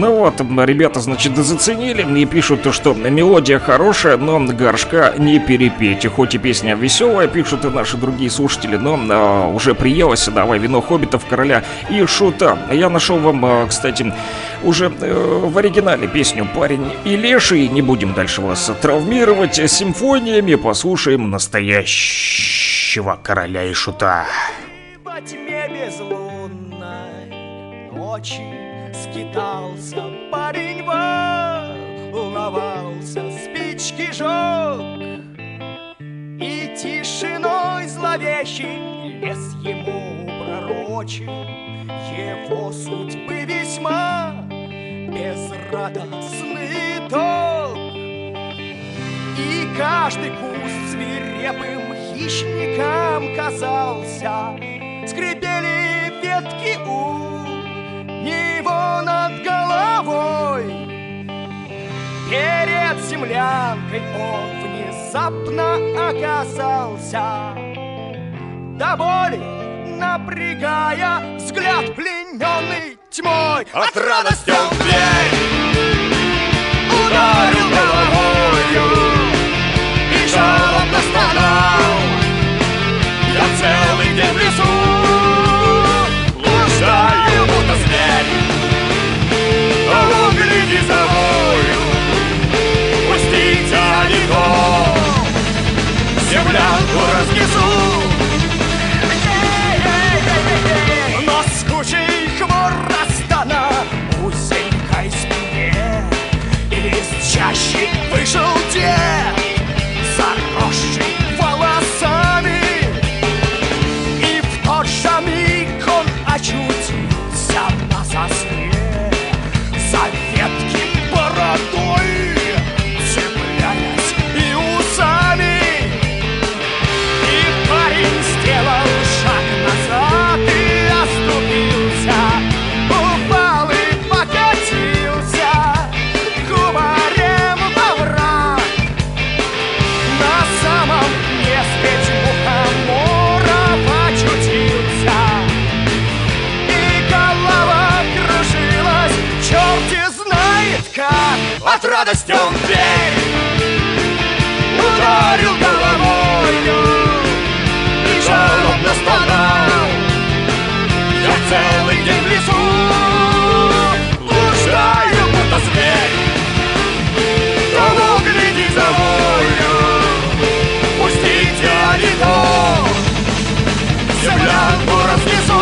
Ну вот, ребята, значит, заценили и пишут, что мелодия хорошая, но горшка не перепеть. Хоть и песня веселая, пишут и наши другие слушатели, но а, уже приелось. Давай вино хоббитов, короля и шута. Я нашел вам, а, кстати, уже э, в оригинале песню «Парень и леший». Не будем дальше вас травмировать симфониями, послушаем настоящего короля и шута. Во тьме безлунной ночи скитался парень, волновался, спички жег, и тишиной зловещей лес ему пророчил его судьбы весьма безрадостный итог. И каждый куст свирепым хищникам казался, скрипели ветки у него над головой. Перед землянкой он внезапно оказался, до боли напрягая взгляд, плененный тьмой. От радости он в дверь ударил головою и жалобно стонал: я целый день в лесу блуждаю, будто зверь. Того гляди, завою, пустите его, землянку разнесу. Но с кучей хвороста на узенькой спине из чащи вышел дед, заросший волосами, и в тот же миг он очутился на сосне, за ветки бородой цепляясь и усами. И парень сделал шаг назад и оступился, упал и покатился кубарем во враг. На самом дне средь мухомора очутился, и голова кружилась, черти знает как. От радости он в дверь ударил головою и жалобно стонал: я целый день в лесу блуждаю, будто зверь. Того гляди, завою, пустите его, землянку разнесу.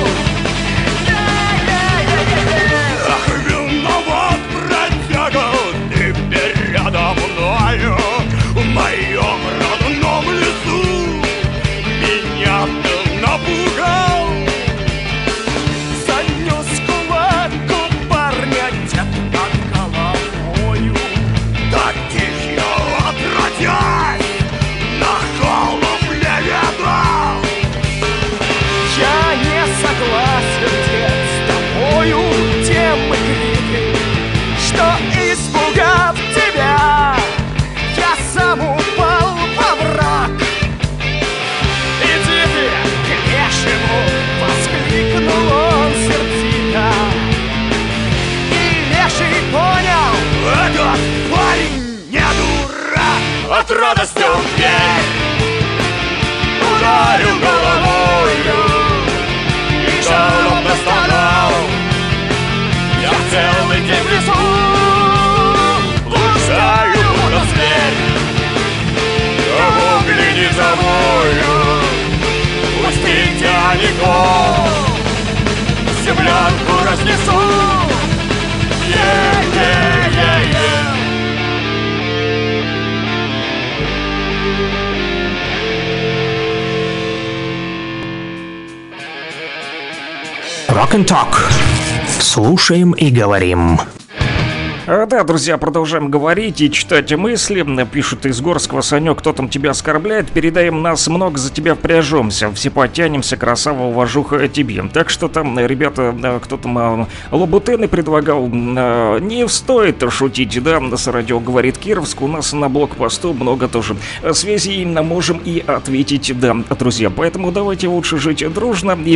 Ах, виноват, бродяга, ты передо мною в моем родном лесу меня ты напугал. Занес кулаку парня дед над головою, таких я отродясь на холод не видал. Я не согласен, дед, с тобою тем игривым, что, испугав тебя, я сам упал во враг. Иди ты к лешему, воскликнул он сердито. И леший понял, этот парень не дурак. От радости он в дверь ударил головою и жалобно стонал: я целый день в лесу блуждаю, будто зверь. Того гляди, завою, пустите его, землянку разнесу. Е-е-е-е. Rock and Talk. Слушаем и говорим. А, да, друзья, продолжаем говорить и читать мысли. Пишут из Горского: Санек, кто там тебя оскорбляет? Передаем, нас много за тебя впряжемся. Все потянемся, красава, уважуха тебе. Так что там, ребята, кто там лабутены предлагал, не стоит шутить, да, с радио «Говорит Кировск». У нас на блокпосту много тоже связей, можем и ответить, да, друзья. Поэтому давайте лучше жить дружно и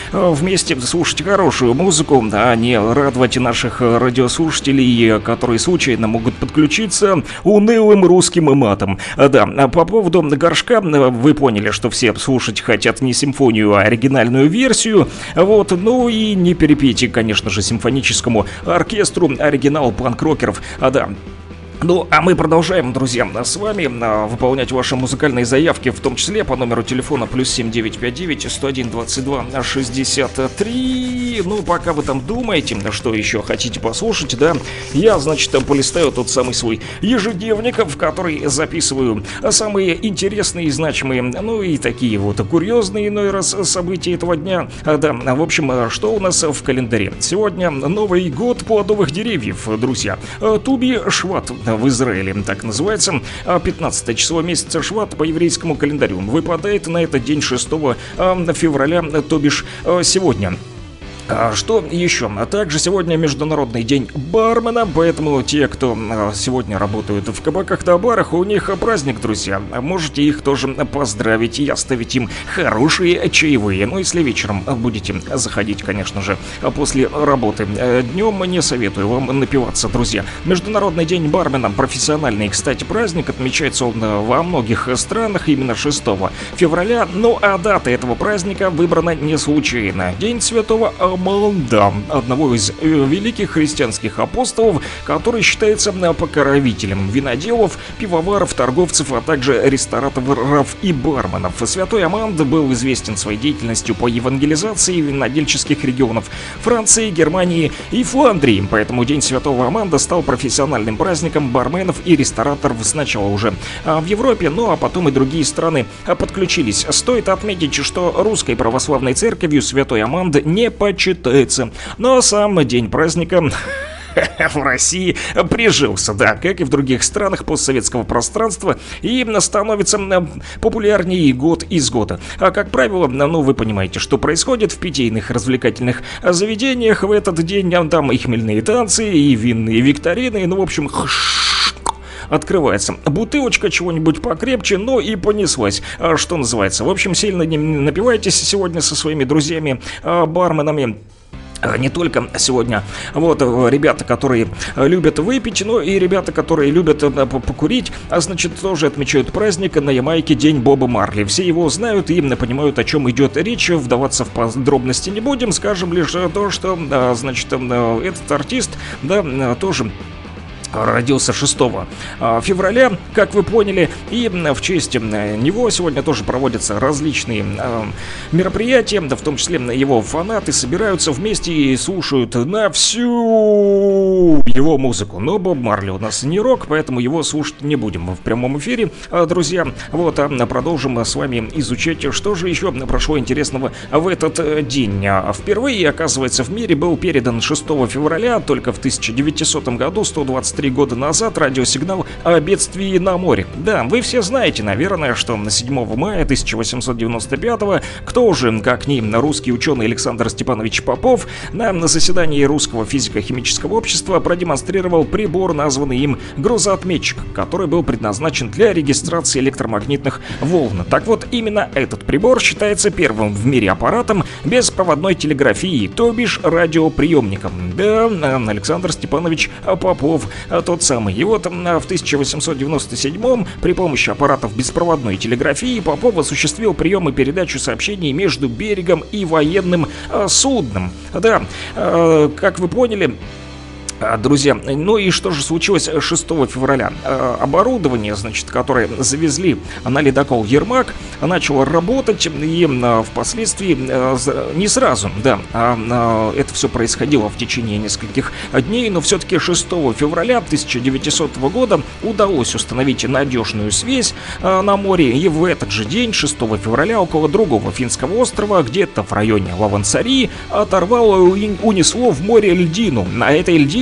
вместе слушать хорошую музыку, а не радовать наших радиослушателей, которые случайно могут подключиться унылым русским матом. Да, по поводу горшка, вы поняли, что все слушать хотят не симфонию, а оригинальную версию. Вот, ну и не перепейте, конечно же, симфоническому оркестру оригинал панк-рокеров. А, да. Ну, а мы продолжаем, друзья, с вами выполнять ваши музыкальные заявки, в том числе по номеру телефона плюс семь девятьсот пятьдесят девять сто один двадцать два шестьдесят три. Ну, пока вы там думаете, что еще хотите послушать, да, я, значит, полистаю тот самый свой ежедневник, в который записываю самые интересные и значимые, ну и такие вот курьезные иной раз события этого дня. Да, в общем, что у нас в календаре? Сегодня Новый год плодовых деревьев, друзья. Туби Шват в Израиле, так называется. пятнадцатое число месяца Шват по еврейскому календарю выпадает на этот день шестого февраля, то бишь сегодня. А что еще? А также сегодня Международный день бармена, поэтому те, кто сегодня работают в кабаках да барах, у них праздник, друзья. Можете их тоже поздравить и оставить им хорошие чаевые. Ну, если вечером будете заходить, конечно же, после работы. Днем не советую вам напиваться, друзья. Международный день бармена, профессиональный, кстати, праздник, отмечается он во многих странах именно шестого февраля. Ну, а дата этого праздника выбрана не случайно. День Святого Аманда, одного из великих христианских апостолов, который считается покровителем виноделов, пивоваров, торговцев, а также рестораторов и барменов. Святой Аманд был известен своей деятельностью по евангелизации винодельческих регионов Франции, Германии и Фландрии. Поэтому День Святого Аманда стал профессиональным праздником барменов и рестораторов сначала уже в Европе, ну а потом и другие страны подключились. Стоит отметить, что русской православной церковью Святой Аманд не почитается. Но сам день праздника в России прижился, да, как и в других странах постсоветского пространства, и становится популярнее год из года. А как правило, ну вы понимаете, что происходит в питейных развлекательных заведениях в этот день. Там и хмельные танцы, и винные викторины, ну в общем... Открывается бутылочка чего-нибудь покрепче, но и понеслась, что называется. В общем, сильно не напивайтесь сегодня со своими друзьями, барменами. Не только сегодня. Вот ребята, которые любят выпить, но и ребята, которые любят покурить, а значит, тоже отмечают праздник на Ямайке, День Боба Марли. Все его знают и понимают, о чем идет речь. Вдаваться в подробности не будем. Скажем лишь то, что, значит, этот артист, да, тоже... родился шестого февраля, как вы поняли, и в честь него сегодня тоже проводятся различные мероприятия, в том числе его фанаты собираются вместе и слушают на всю его музыку. Но Боб Марли у нас не рок, поэтому его слушать не будем в прямом эфире, друзья. Вот, а продолжим с вами изучать, что же еще прошло интересного в этот день. Впервые, оказывается, в мире был передан шестого февраля, только в тысяча девятисотом году, сто двадцать три года назад, радиосигнал о бедствии на море. Да, вы все знаете, наверное, что на седьмого мая тысяча восемьсот девяносто пятого, кто же, как ни русский ученый Александр Степанович Попов, на заседании Русского физико-химического общества продемонстрировал прибор, названный им грузоотметчик, который был предназначен для регистрации электромагнитных волн. Так вот, именно этот прибор считается первым в мире аппаратом беспроводной телеграфии, то бишь радиоприемником. Да, Александр Степанович Попов, тот самый. И вот в тысяча восемьсот девяносто седьмом при помощи аппаратов беспроводной телеграфии Попов осуществил прием и передачу сообщений между берегом и военным э, судном. Да, э, как вы поняли, друзья, ну и что же случилось шестого февраля? Оборудование, значит, которое завезли на ледокол Ермак, начало работать, и впоследствии не сразу, да, а это все происходило в течение нескольких дней, но все-таки шестого февраля тысяча девятисотого года удалось установить надежную связь на море, и в этот же день, шестого февраля, около другого финского острова, где-то в районе Лавансарии, оторвало и унесло в море льдину. На этой льдине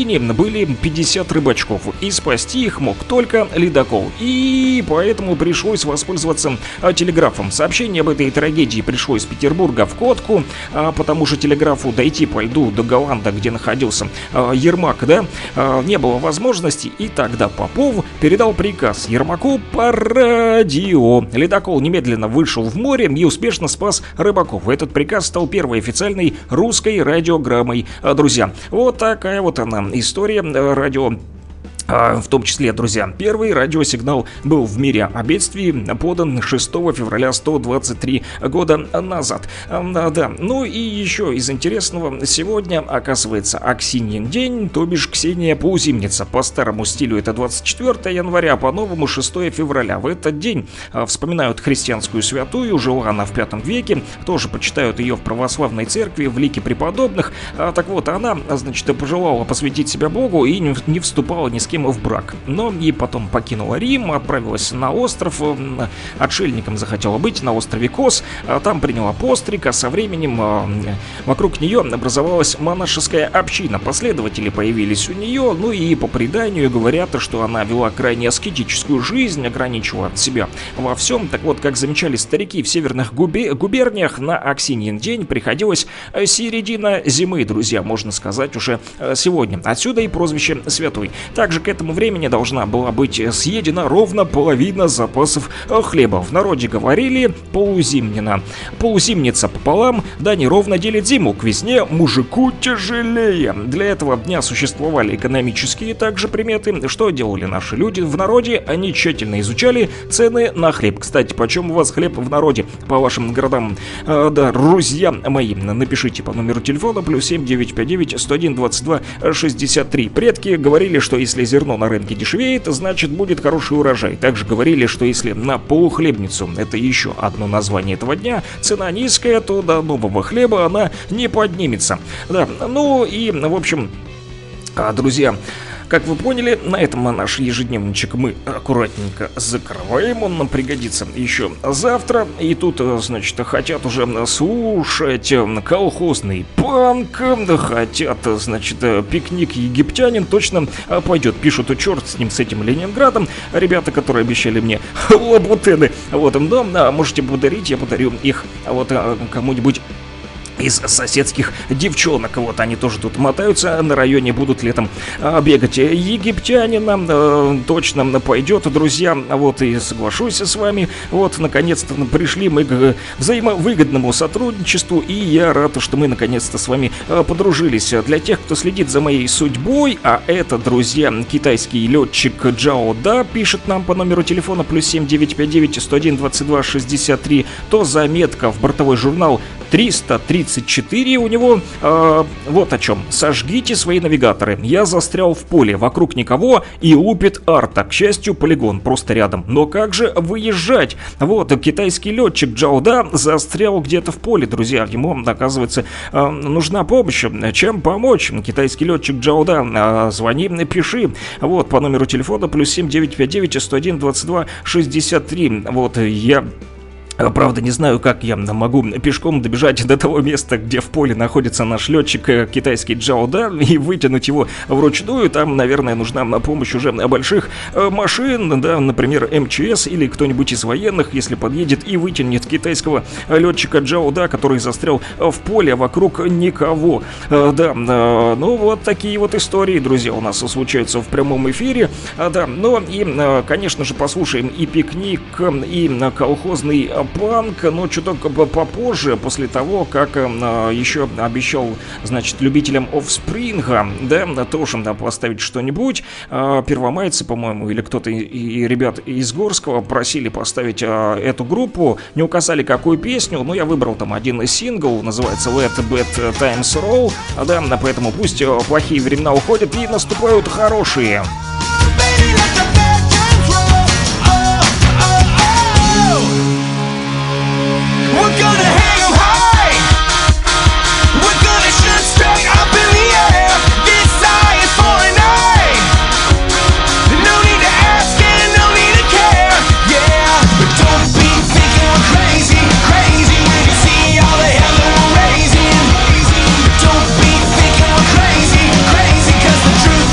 линии были пятьдесят рыбачков, и спасти их мог только ледокол. И поэтому пришлось воспользоваться а, телеграфом. Сообщение об этой трагедии пришло из Петербурга в Котку, а, потому что телеграфу дойти по льду до Голланда, где находился а, Ермак, да, а, не было возможности, и тогда Попов передал приказ Ермаку по радио. Ледокол немедленно вышел в море и успешно спас рыбаков. Этот приказ стал первой официальной русской радиограммой. А, друзья, вот такая вот она история радио. В том числе, друзья, первый радиосигнал был в мире о бедствии подан шестого февраля сто двадцать три года назад. Да, да. Ну и еще из интересного, сегодня, оказывается, Аксиньин день, то бишь Ксения Полузимница. По старому стилю это двадцать четвёртого января, по новому шестого февраля. В этот день вспоминают христианскую святую, жила она в пятом веке, тоже почитают ее в православной церкви, в лике преподобных. Так вот, она, значит, пожелала посвятить себя Богу и не вступала ни с кем в брак. Но и потом покинула Рим, отправилась на остров, отшельником захотела быть на острове Кос, там приняла постриг, а со временем вокруг нее образовалась монашеская община, последователи появились у нее, ну и по преданию говорят, что она вела крайне аскетическую жизнь, ограничивала себя во всем. Так вот, как замечали старики в северных губе- губерниях, на Аксиньин день приходилась середина зимы, друзья, можно сказать уже сегодня. Отсюда и прозвище святой. Также к этому времени должна была быть съедена ровно половина запасов хлеба. В народе говорили полузимнина. Полузимница пополам, да неровно делит зиму, к весне мужику тяжелее. Для этого дня существовали экономические также приметы. Что делали наши люди в народе? Они тщательно изучали цены на хлеб. Кстати, почем у вас хлеб в народе по вашим городам? А, да, друзья мои, напишите по номеру телефона плюс семь девятьсот пятьдесят девять сто один двадцать два шестьдесят три. Предки говорили, что если зерно на рынке дешевеет, значит будет хороший урожай. Также говорили, что если на полухлебницу, это еще одно название этого дня, цена низкая, то до нового хлеба она не поднимется. Да, ну и, в общем, друзья, как вы поняли, на этом наш ежедневничек мы аккуратненько закрываем. Он нам пригодится еще завтра. И тут, значит, хотят уже слушать колхозный панк. Хотят, значит, пикник египтянин точно пойдет. Пишут, черт с ним, с этим Ленинградом. Ребята, которые обещали мне лабутены. Вот, да, можете подарить, я подарю их вот кому-нибудь из соседских девчонок. Вот они тоже тут мотаются на районе, будут летом а, бегать. Египтянина а, точно пойдет, друзья. Вот и соглашусь с вами. Вот, наконец-то пришли мы к взаимовыгодному сотрудничеству, и я рад, что мы наконец-то с вами а, подружились. Для тех, кто следит за моей судьбой, а это, друзья, китайский летчик Джао Да пишет нам по номеру телефона плюс семь девятьсот пятьдесят девять сто один двадцать два шестьдесят три, то заметка в бортовой журнал триста тридцать четыре у него э, вот о чем. Сожгите свои навигаторы. Я застрял в поле, вокруг никого и лупит арта. К счастью, полигон просто рядом. Но как же выезжать? Вот, китайский летчик Джао Да застрял где-то в поле, друзья. Ему, оказывается, э, нужна помощь. Чем помочь? Китайский летчик Джао Да, э, звони, пиши. Вот, по номеру телефона плюс семь девятьсот пятьдесят девять сто один двадцать два шестьдесят три. Вот, я... Правда, не знаю, как я могу пешком добежать до того места, где в поле находится наш летчик китайский Джао Да, и вытянуть его вручную. Там, наверное, нужна помощь уже больших машин, да, например, эм че эс или кто-нибудь из военных, если подъедет и вытянет китайского летчика Джао Да, который застрял в поле, вокруг никого. Да, ну вот такие вот истории, друзья, у нас случаются в прямом эфире. Да, ну и, конечно же, послушаем и пикник, и колхозный панк, но чуток попозже, после того, как э, еще обещал, значит, любителям Offspring, да, тоже да, поставить что-нибудь. Э, первомайцы, по-моему, или кто-то и, и ребят из Горского просили поставить э, эту группу, не указали, какую песню, но я выбрал там один сингл, называется Let Bad Times Roll, да, поэтому пусть плохие времена уходят и наступают хорошие. We're gonna hang 'em high. We're gonna shoot straight up in the air. This eye is for an eye. No need to ask and no need to care. Yeah, but don't be thinking we're crazy, crazy when you see all the hell that we're raising. Don't be thinking we're crazy, crazy 'cause the truth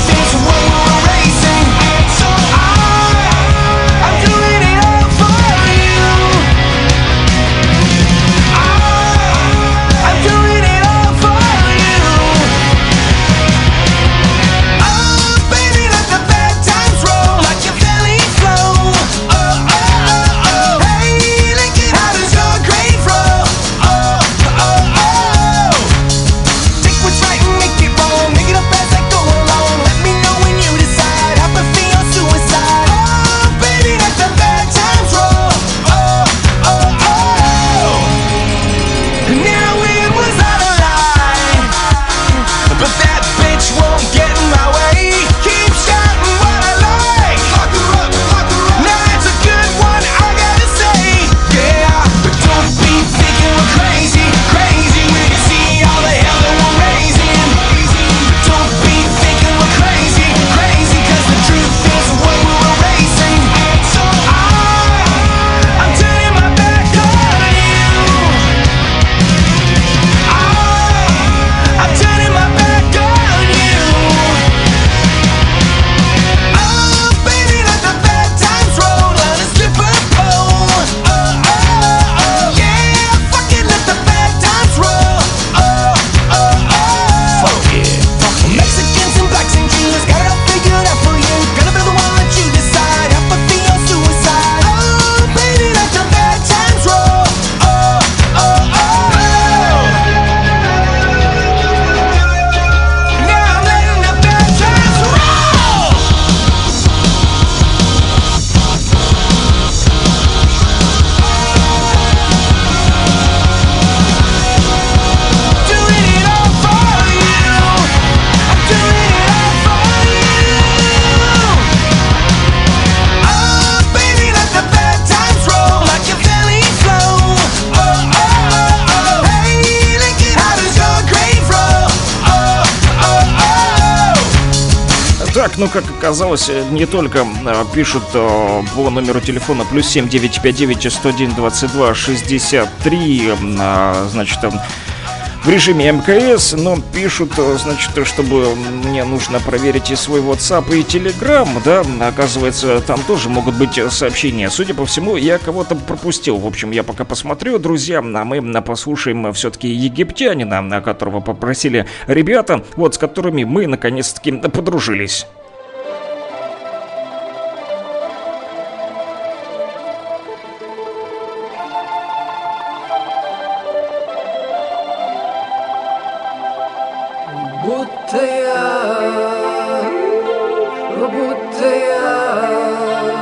Так, ну как оказалось, не только а, пишут а, по номеру телефона плюс семь девять пять девять сто один двадцать два шестьдесят три, а, значит, в режиме МКС, но пишут, значит, чтобы мне нужно проверить и свой WhatsApp и Telegram, да, оказывается, там тоже могут быть сообщения. Судя по всему, я кого-то пропустил. В общем, я пока посмотрю, друзья, а мы послушаем все-таки египтянина, которого попросили ребята, вот, с которыми мы наконец-таки подружились. Будто я, будто я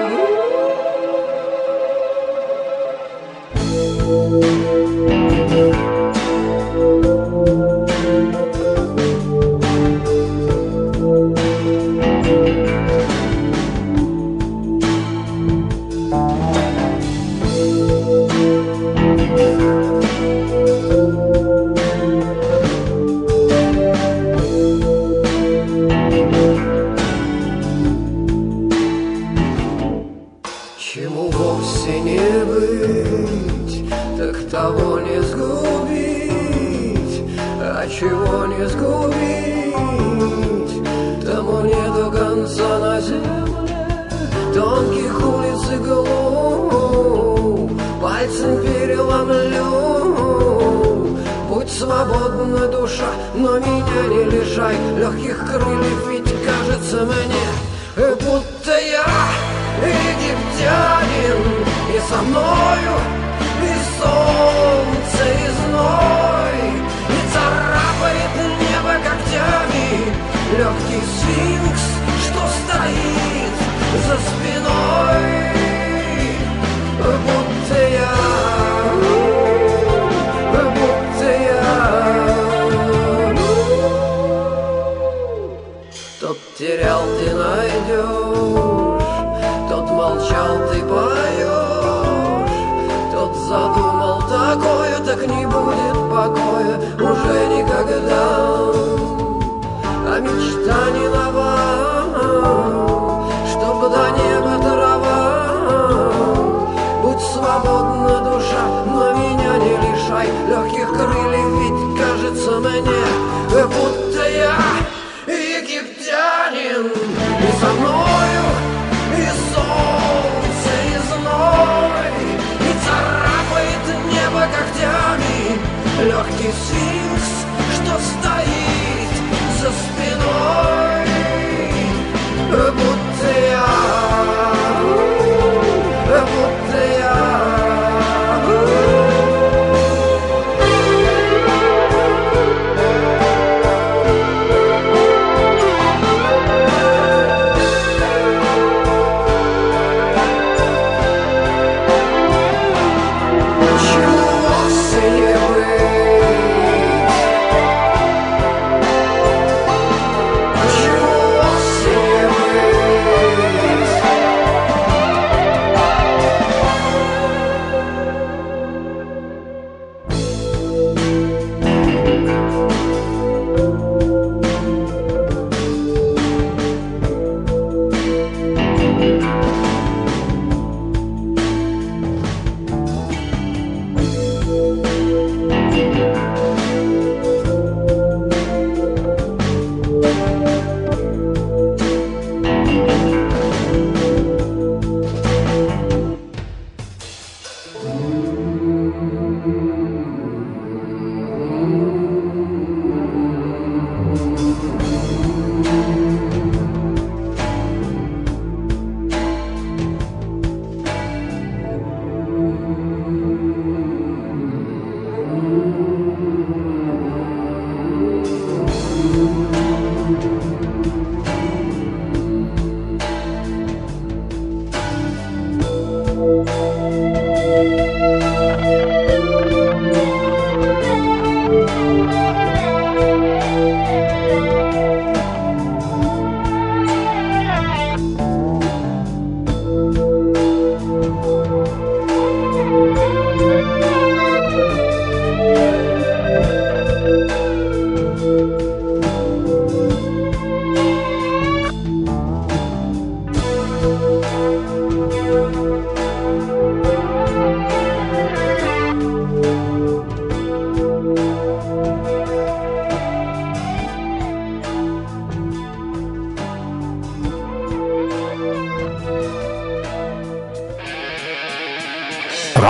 чему вовсе не быть, так того не сгубить, а чего не сгубить, тому не до конца на земле тонких улиц и глубь, пальцем переломлю. Будь свободна душа, но меня не лишай легких крыльев, ведь кажется мне, будто я египтянин, и со мною и солнце, и зной, и царапает небо когтями легкий сфинкс, что стоит за спиной. Будто я, будто я тот терял, ты найдешь, тот молчал, ты поешь, тот задумал такое, так не будет покоя уже никогда. А мечта не нова, чтоб до неба трава. Будь свободна душа, но меня не лишай легких крыльев, ведь кажется мне, будто я египтянин, и со мною и солнце, и зной, и царапает небо когтями легкий сфинкс, что стоит за спиной. Будто я, будто я.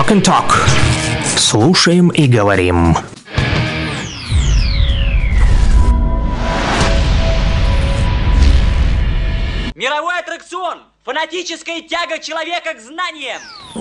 Walk and Talk. Слушаем и говорим. Мировой аттракцион! Фанатическая тяга человека к знаниям!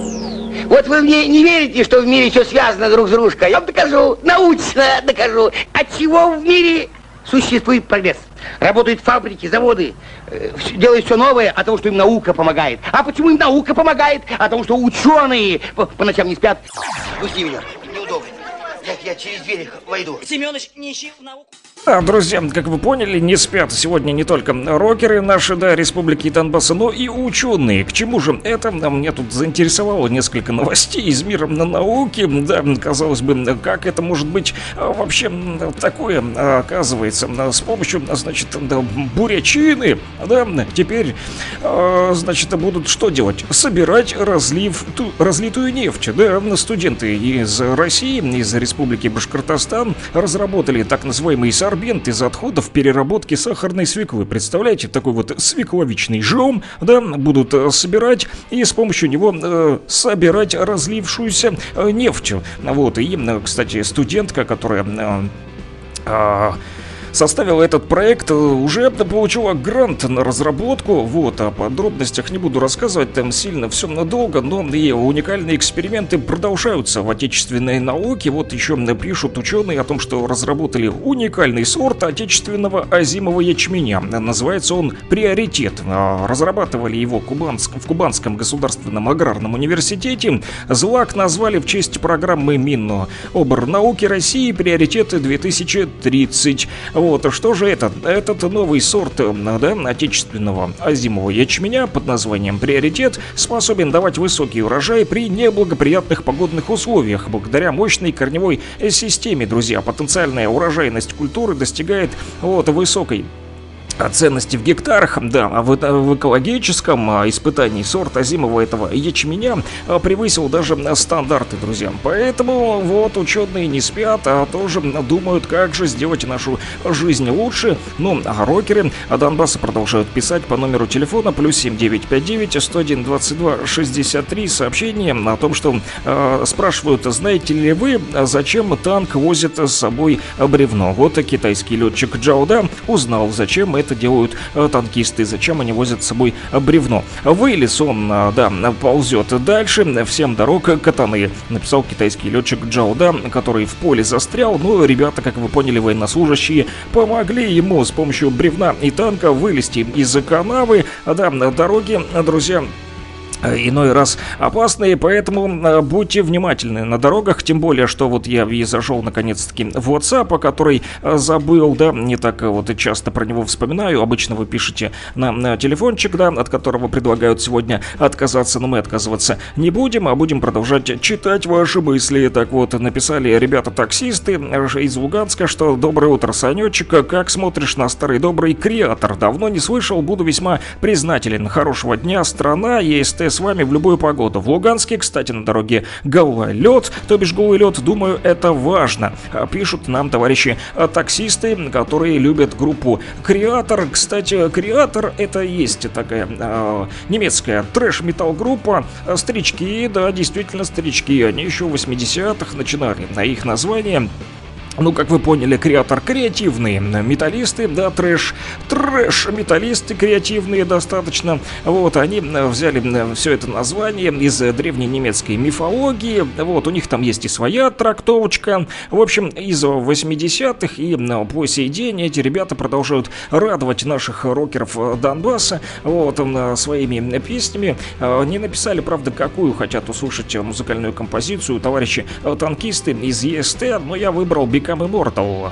Вот вы мне не верите, что в мире все связано друг с дружкой. Я вам докажу, научно докажу. От чего в мире существует прогресс? Работают фабрики, заводы, э, делают все новое, от того, что им наука помогает. А почему им наука помогает? От того, что ученые по, по ночам не спят. Пусти меня, неудобно. Я, я через дверь войду. Семёныч, не ищи в науку. А, друзья, как вы поняли, не спят сегодня не только рокеры наши, да, Республики Донбасса, но и ученые. К чему же это? Меня тут заинтересовало несколько новостей из мира науки. Да, казалось бы, как это может быть вообще такое, оказывается, с помощью, значит, да, бурячины, да, теперь, значит, будут что делать? Собирать разлив, ту, разлитую нефть, да, студенты из России, из Республики Башкортостан разработали так называемый сорбент из отходов переработки сахарной свеклы. Представляете, такой вот свекловичный жом, да, будут собирать и с помощью него э, собирать разлившуюся э, нефть. Вот, и, кстати, студентка, которая э, э, составила этот проект, уже получила грант на разработку. Вот, о подробностях не буду рассказывать, там сильно все надолго, но и уникальные эксперименты продолжаются в отечественной науке. Вот еще пишут ученые о том, что разработали уникальный сорт отечественного озимого ячменя. Называется он «Приоритет». Разрабатывали его Кубанск, в Кубанском государственном аграрном университете. Злак назвали в честь программы Миноборнауки России «Приоритет две тысячи тридцать». Вот, что же это? Этот новый сорт, да, отечественного озимого ячменя под названием «Приоритет» способен давать высокий урожай при неблагоприятных погодных условиях. Благодаря мощной корневой системе, друзья, потенциальная урожайность культуры достигает вот высокой ценности в гектарах, да, а в, в экологическом испытании сорт озимого этого ячменя превысил даже стандарты, друзья. Поэтому вот ученые не спят, а тоже думают, как же сделать нашу жизнь лучше. Ну, а рокеры Донбасса продолжают писать по номеру телефона плюс семь девять пять девять сто один двадцать два шестьдесят три сообщение о том, что э, спрашивают, знаете ли вы, зачем танк возит с собой бревно. Вот китайский летчик Джауда узнал, зачем это делают э, танкисты, зачем они возят с собой бревно. Вылез он, э, да, ползет дальше, всем дорог катаны, написал китайский летчик Джауда, который в поле застрял. Ну, ребята, как вы поняли, военнослужащие помогли ему с помощью бревна и танка вылезти из канавы. Да, дороги, друзья, иной раз опасные, поэтому будьте внимательны на дорогах, тем более, что вот я и зашел наконец-таки в WhatsApp, который забыл, да, не так вот часто про него вспоминаю. Обычно вы пишете на, на телефончик, да, от которого предлагают сегодня отказаться, но мы отказываться не будем, а будем продолжать читать ваши мысли. Так вот, написали ребята-таксисты из Луганска, что доброе утро, Санечек, как смотришь на старый добрый Креатор? Давно не слышал, буду весьма признателен. Хорошего дня, страна, ЕСТ с вами в любую погоду. В Луганске, кстати, на дороге гололед, то бишь голый лед, думаю, это важно. Пишут нам товарищи таксисты, которые любят группу Креатор. Кстати, Креатор — это есть такая э, немецкая трэш-метал группа. Старички, да, действительно старички, они еще в восьмидесятых начинали. На их название, ну, как вы поняли, Креатор креативные металлисты, да, трэш, трэш-металлисты креативные достаточно. Вот, они взяли все это название из древней немецкой мифологии. Вот, у них там есть и своя трактовочка. В общем, из восьмидесятых и по сей день эти ребята продолжают радовать наших рокеров Донбасса вот, своими песнями. Не написали, правда, какую хотят услышать музыкальную композицию товарищи танкисты из ЕСТ, но я выбрал Become Immortal.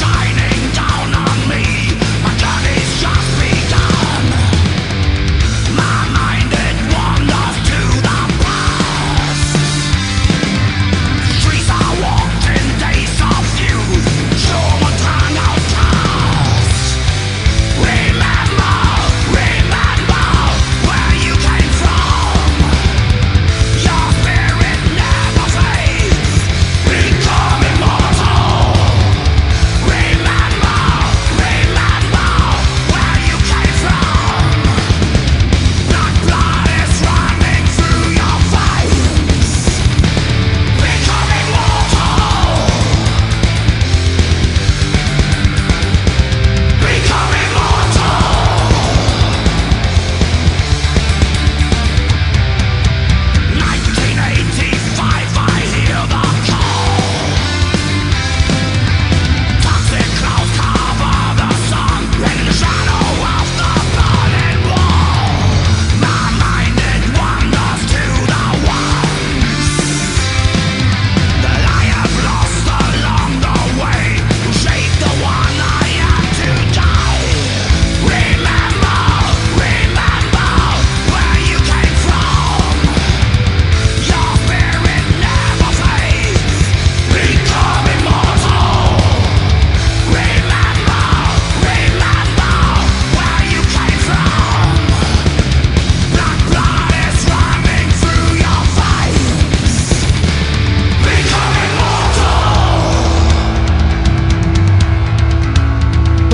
Shining down on me, my journey's just begun.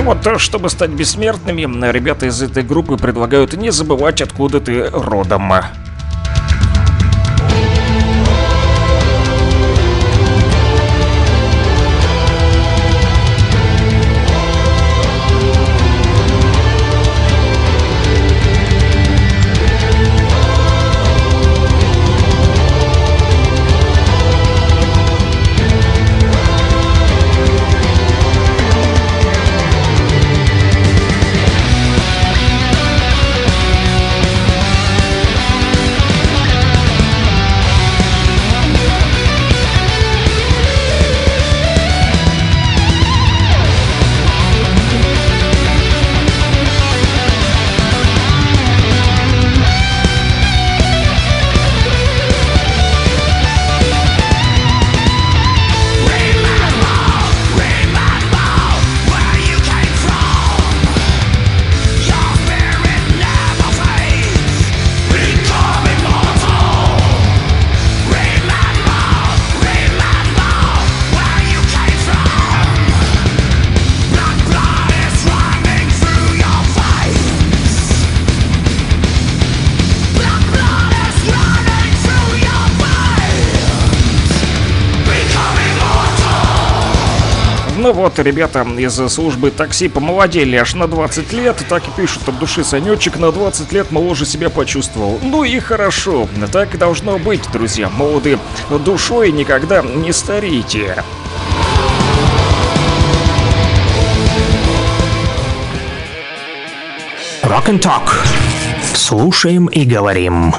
Вот, чтобы стать бессмертными, ребята из этой группы предлагают не забывать, откуда ты родом. Ну вот, ребята из службы такси помолодели аж на двадцать лет. Так и пишут от души: Санечек на двадцать лет моложе себя почувствовал. Ну и хорошо, так и должно быть, друзья. Молоды душой, никогда не старейте. Rock and Talk. Слушаем и говорим.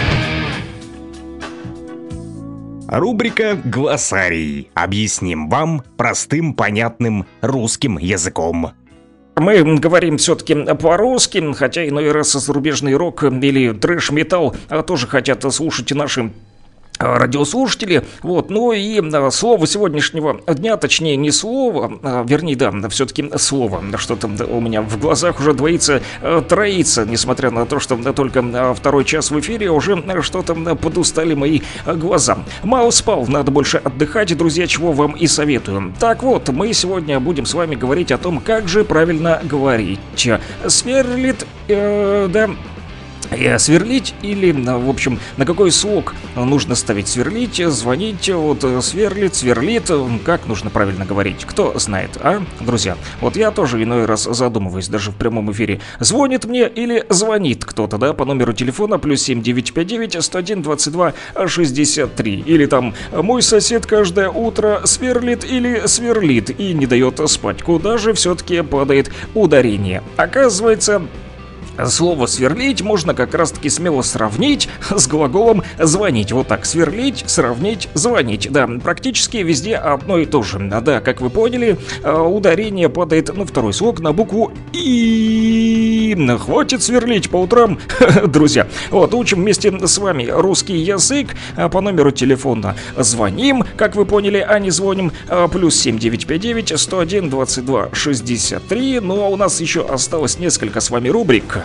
Рубрика «Глоссарий». Объясним вам простым, понятным русским языком. Мы говорим все-таки по-русски, хотя иной раз зарубежный рок или трэш-металл тоже хотят слушать наши радиослушатели. Вот, ну и а, слово сегодняшнего дня, точнее не слово, а, вернее, да, все-таки слово, что-то у меня в глазах уже двоится, а, троится, несмотря на то, что да, только а, второй час в эфире, уже а, что-то а, подустали мои а, глаза. Мало спал, надо больше отдыхать, друзья, чего вам и советую. Так вот, мы сегодня будем с вами говорить о том, как же правильно говорить. Сверлит, э, да... Сверлить или, в общем, на какой слог нужно ставить сверлить, звонить, вот сверлит, сверлит, как нужно правильно говорить, кто знает, а, друзья? Вот я тоже иной раз задумываюсь, даже в прямом эфире, звонит мне или звонит кто-то, да, по номеру телефона плюс семь девятьсот пятьдесят девять сто один двадцать два шестьдесят три, или там мой сосед каждое утро сверлит или сверлит и не дает спать, куда же все-таки падает ударение? Оказывается, слово «сверлить» можно как раз-таки смело сравнить с глаголом «звонить». Вот так, сверлить, сравнить, звонить. Да, практически везде одно и то же. Да, как вы поняли, ударение падает на второй слог, на букву «и». Хватит сверлить по утрам, друзья. Вот, учим вместе с вами русский язык по номеру телефона. Звоним, как вы поняли, а не звоним. Плюс семь девятьсот пятьдесят девять сто один двадцать два шестьдесят три. Ну, а у нас еще осталось несколько с вами рубрик.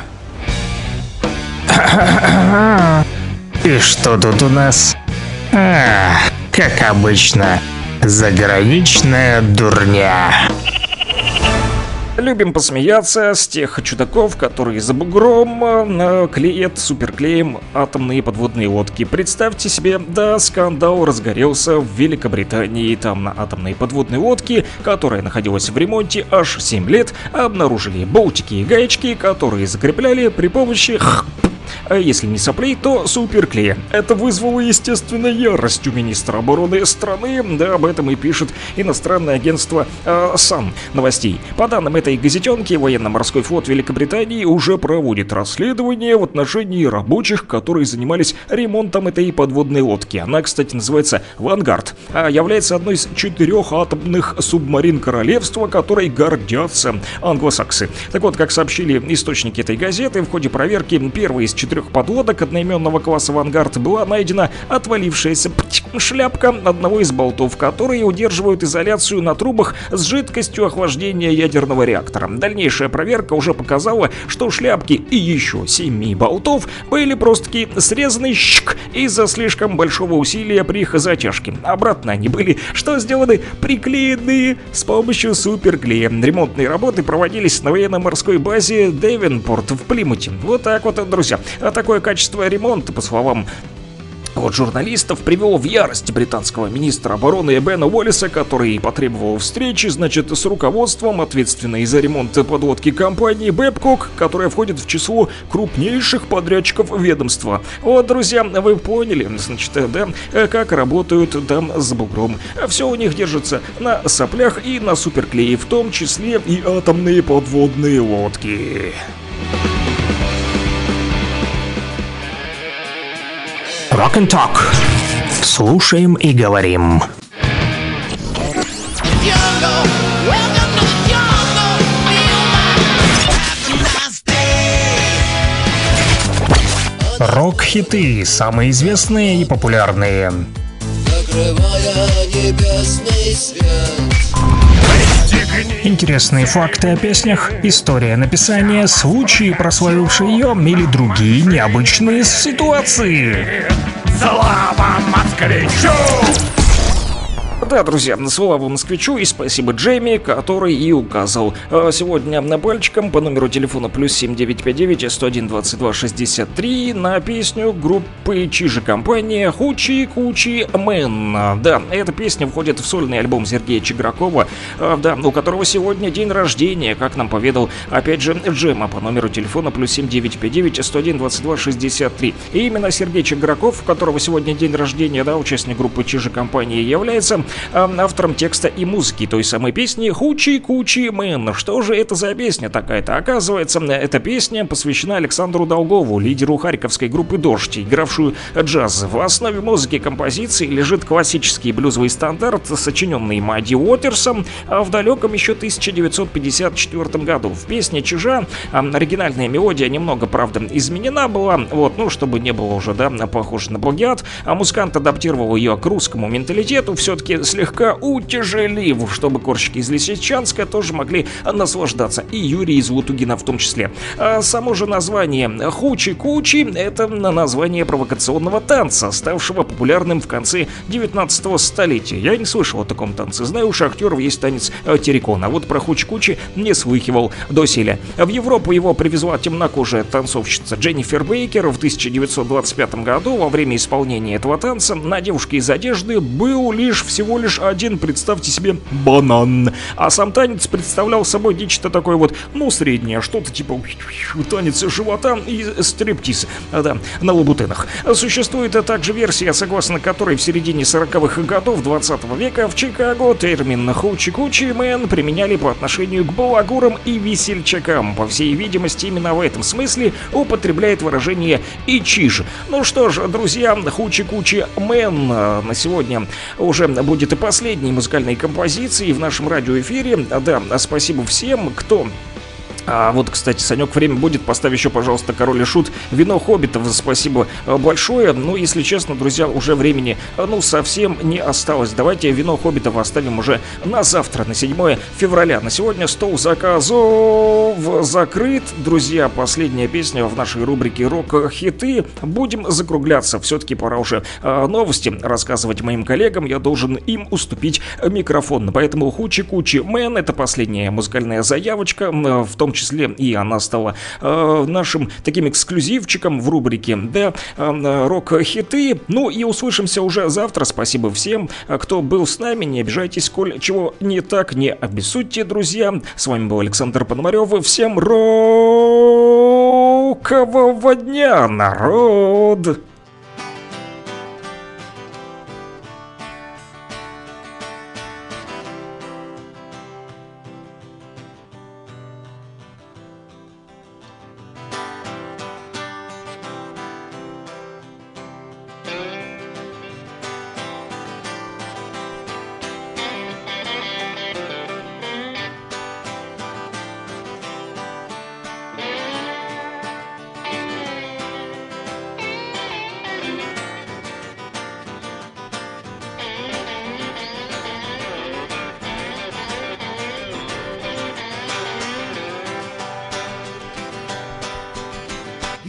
И что тут у нас? А, как обычно, заграничная дурня. Любим посмеяться с тех чудаков, которые за бугром э, клеят суперклеем атомные подводные лодки. Представьте себе, да, скандал разгорелся в Великобритании. Там на атомной подводной лодке, которая находилась в ремонте аж семь лет, обнаружили болтики и гаечки, которые закрепляли при помощи... А если не соплей, то суперклея. Это вызвало, естественно, ярость у министра обороны страны. Да, об этом и пишет иностранное агентство э, сан новостей. По данным этой газетенки, военно-морской флот Великобритании уже проводит расследование в отношении рабочих, которые занимались ремонтом этой подводной лодки. Она, кстати, называется «Вангард», а является одной из четырех атомных субмарин королевства, которой гордятся англосаксы. Так вот, как сообщили источники этой газеты, в ходе проверки первые из из четырех подлодок одноименного класса «Авангард» была найдена отвалившаяся шляпка одного из болтов, которые удерживают изоляцию на трубах с жидкостью охлаждения ядерного реактора. Дальнейшая проверка уже показала, что шляпки и еще семи болтов были просто-таки срезаны из-за слишком большого усилия при их затяжке. Обратно они были, что сделаны, приклеенные с помощью суперклея. Ремонтные работы проводились на военно-морской базе Девенпорт в Плимуте. Вот так вот, друзья. А такое качество ремонта, по словам вот журналистов, привело в ярость британского министра обороны Бена Уоллиса, который потребовал встречи, значит, с руководством, ответственной за ремонт подлодки компании Бэбкок, которая входит в число крупнейших подрядчиков ведомства. Вот, друзья, вы поняли, значит, да, как работают там с бугром. Все у них держится на соплях и на суперклее, в том числе и атомные подводные лодки. Rock and Talk. Слушаем и говорим. Рок-хиты, самые известные и популярные. Закрывая небесный свет. Интересные факты о песнях, история написания, случаи, прославившие ее, или другие необычные ситуации. Слава москвичу! Да, друзья, слава москвичу и спасибо Джейми, который и указал сегодня на пальчиком по номеру телефона плюс семь девять пять девять сто один двадцать два шестьдесят три на песню группы Чижи компания Хучи Кучи Мэн. Да, эта песня входит в сольный альбом Сергея Чигракова, да, у которого сегодня день рождения, как нам поведал опять же Джема по номеру телефона плюс семь девять пять девять сто один двадцать два шестьдесят три. И именно Сергей Чиграков, у которого сегодня день рождения, да, участник группы Чижи компании, является автором текста и музыки той самой песни «Хучи Кучи Мэн». Что же это за песня такая-то? Оказывается, эта песня посвящена Александру Долгову, лидеру харьковской группы «Дождь», игравшую джаз. В основе музыки композиции лежит классический блюзовый стандарт, сочиненный Мадди Уотерсом в далеком еще тысяча девятьсот пятьдесят четвёртом году. В песне «Чижа» оригинальная мелодия немного, правда, изменена была, вот, ну, чтобы не было уже, да, похоже на плагиат, а музыкант адаптировал ее к русскому менталитету, все-таки слегка утяжелив, чтобы корщики из Лисичанска тоже могли наслаждаться, и Юрий из Лутугина в том числе. А само же название «Хучи-Кучи» — это название провокационного танца, ставшего популярным в конце девятнадцатого столетия. Я не слышал о таком танце, знаю, у шахтеров есть танец террикон, а вот про Хучи-Кучи не слыхивал доселе. В Европу его привезла темнокожая танцовщица Дженнифер Бейкер в тысяча девятьсот двадцать пятом году. Во время исполнения этого танца на девушке из одежды был лишь всего лишь один, представьте себе, банан. А сам танец представлял собой нечто такое вот, ну, среднее, что-то типа танец живота и стриптиз, да, на лабутенах. Существует также версия, согласно которой в середине сороковых годов двадцатого века в Чикаго термин «Хучи-Кучи Мэн» применяли по отношению к балагурам и весельчакам. По всей видимости, именно в этом смысле употребляет выражение и Чиж. Ну что ж, друзья, Хучи-Кучи Мэн на сегодня уже будет и последней музыкальной композицией в нашем радиоэфире. Да, спасибо всем, кто... А вот, кстати, Санек, время будет, поставь еще, пожалуйста, «Король и Шут», «Вино хоббитов», спасибо большое. Ну, если честно, друзья, уже времени, ну, совсем не осталось. Давайте «Вино хоббитов» оставим уже на завтра, на седьмое февраля. На сегодня стол заказов закрыт. Друзья, последняя песня в нашей рубрике «Рок-хиты». Будем закругляться. Все-таки пора уже новости рассказывать моим коллегам. Я должен им уступить микрофон. Поэтому «Хучи-Кучи Мэн» — это последняя музыкальная заявочка, в том числе и она стала э, нашим таким эксклюзивчиком в рубрике, да, э, рок-хиты. Ну и услышимся уже завтра. Спасибо всем, кто был с нами. Не обижайтесь, коль чего не так, не обессудьте, друзья. С вами был Александр Пономарев. Всем рокового дня, народ!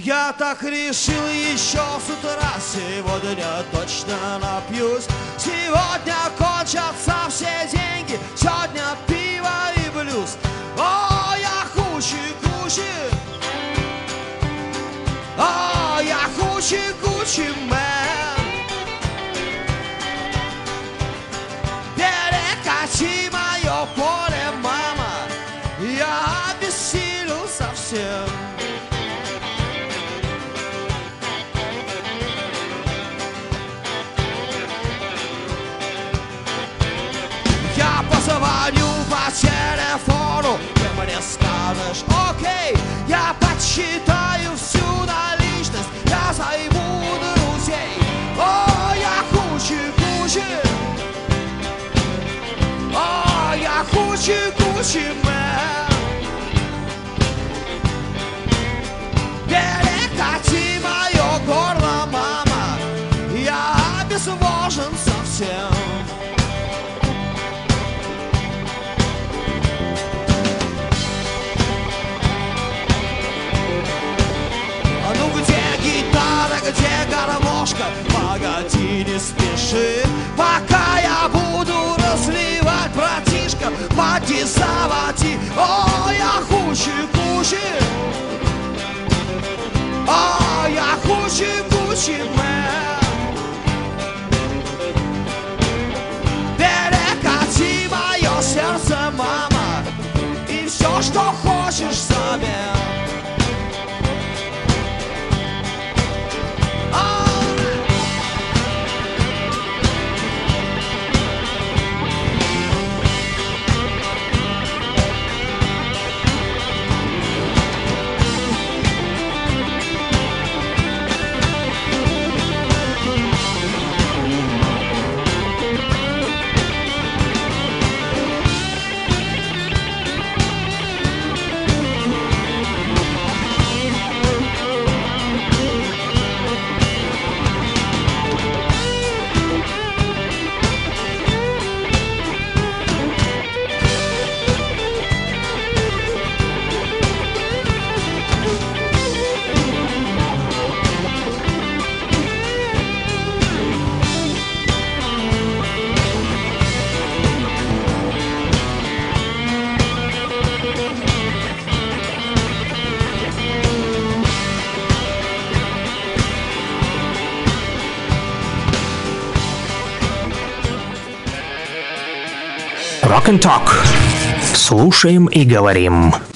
Я так решил еще с утра, сегодня точно напьюсь. Сегодня кончатся все деньги, сегодня пиво и блюз. О, я хучи-кучи, о, я хучи-кучи мэн. Перекати мое поле, мама, я обессилел совсем. Я позвоню по телефону, ты мне скажешь: окей, я подсчитаю всю наличность, я займу друзей. О, я хучи-кучи, о, я хучи-кучи мэн. Перекати мое горло, мама, я обезвожен совсем. Где гармошка? Погоди, не спеши, пока я буду разливать, братишка, поди заводи. О, я хучи-кучи, о, я хучи-кучи мэн. Перекати мое сердце, мама, и все, что хочешь, взамен. Rock and Talk. Слушаем и говорим.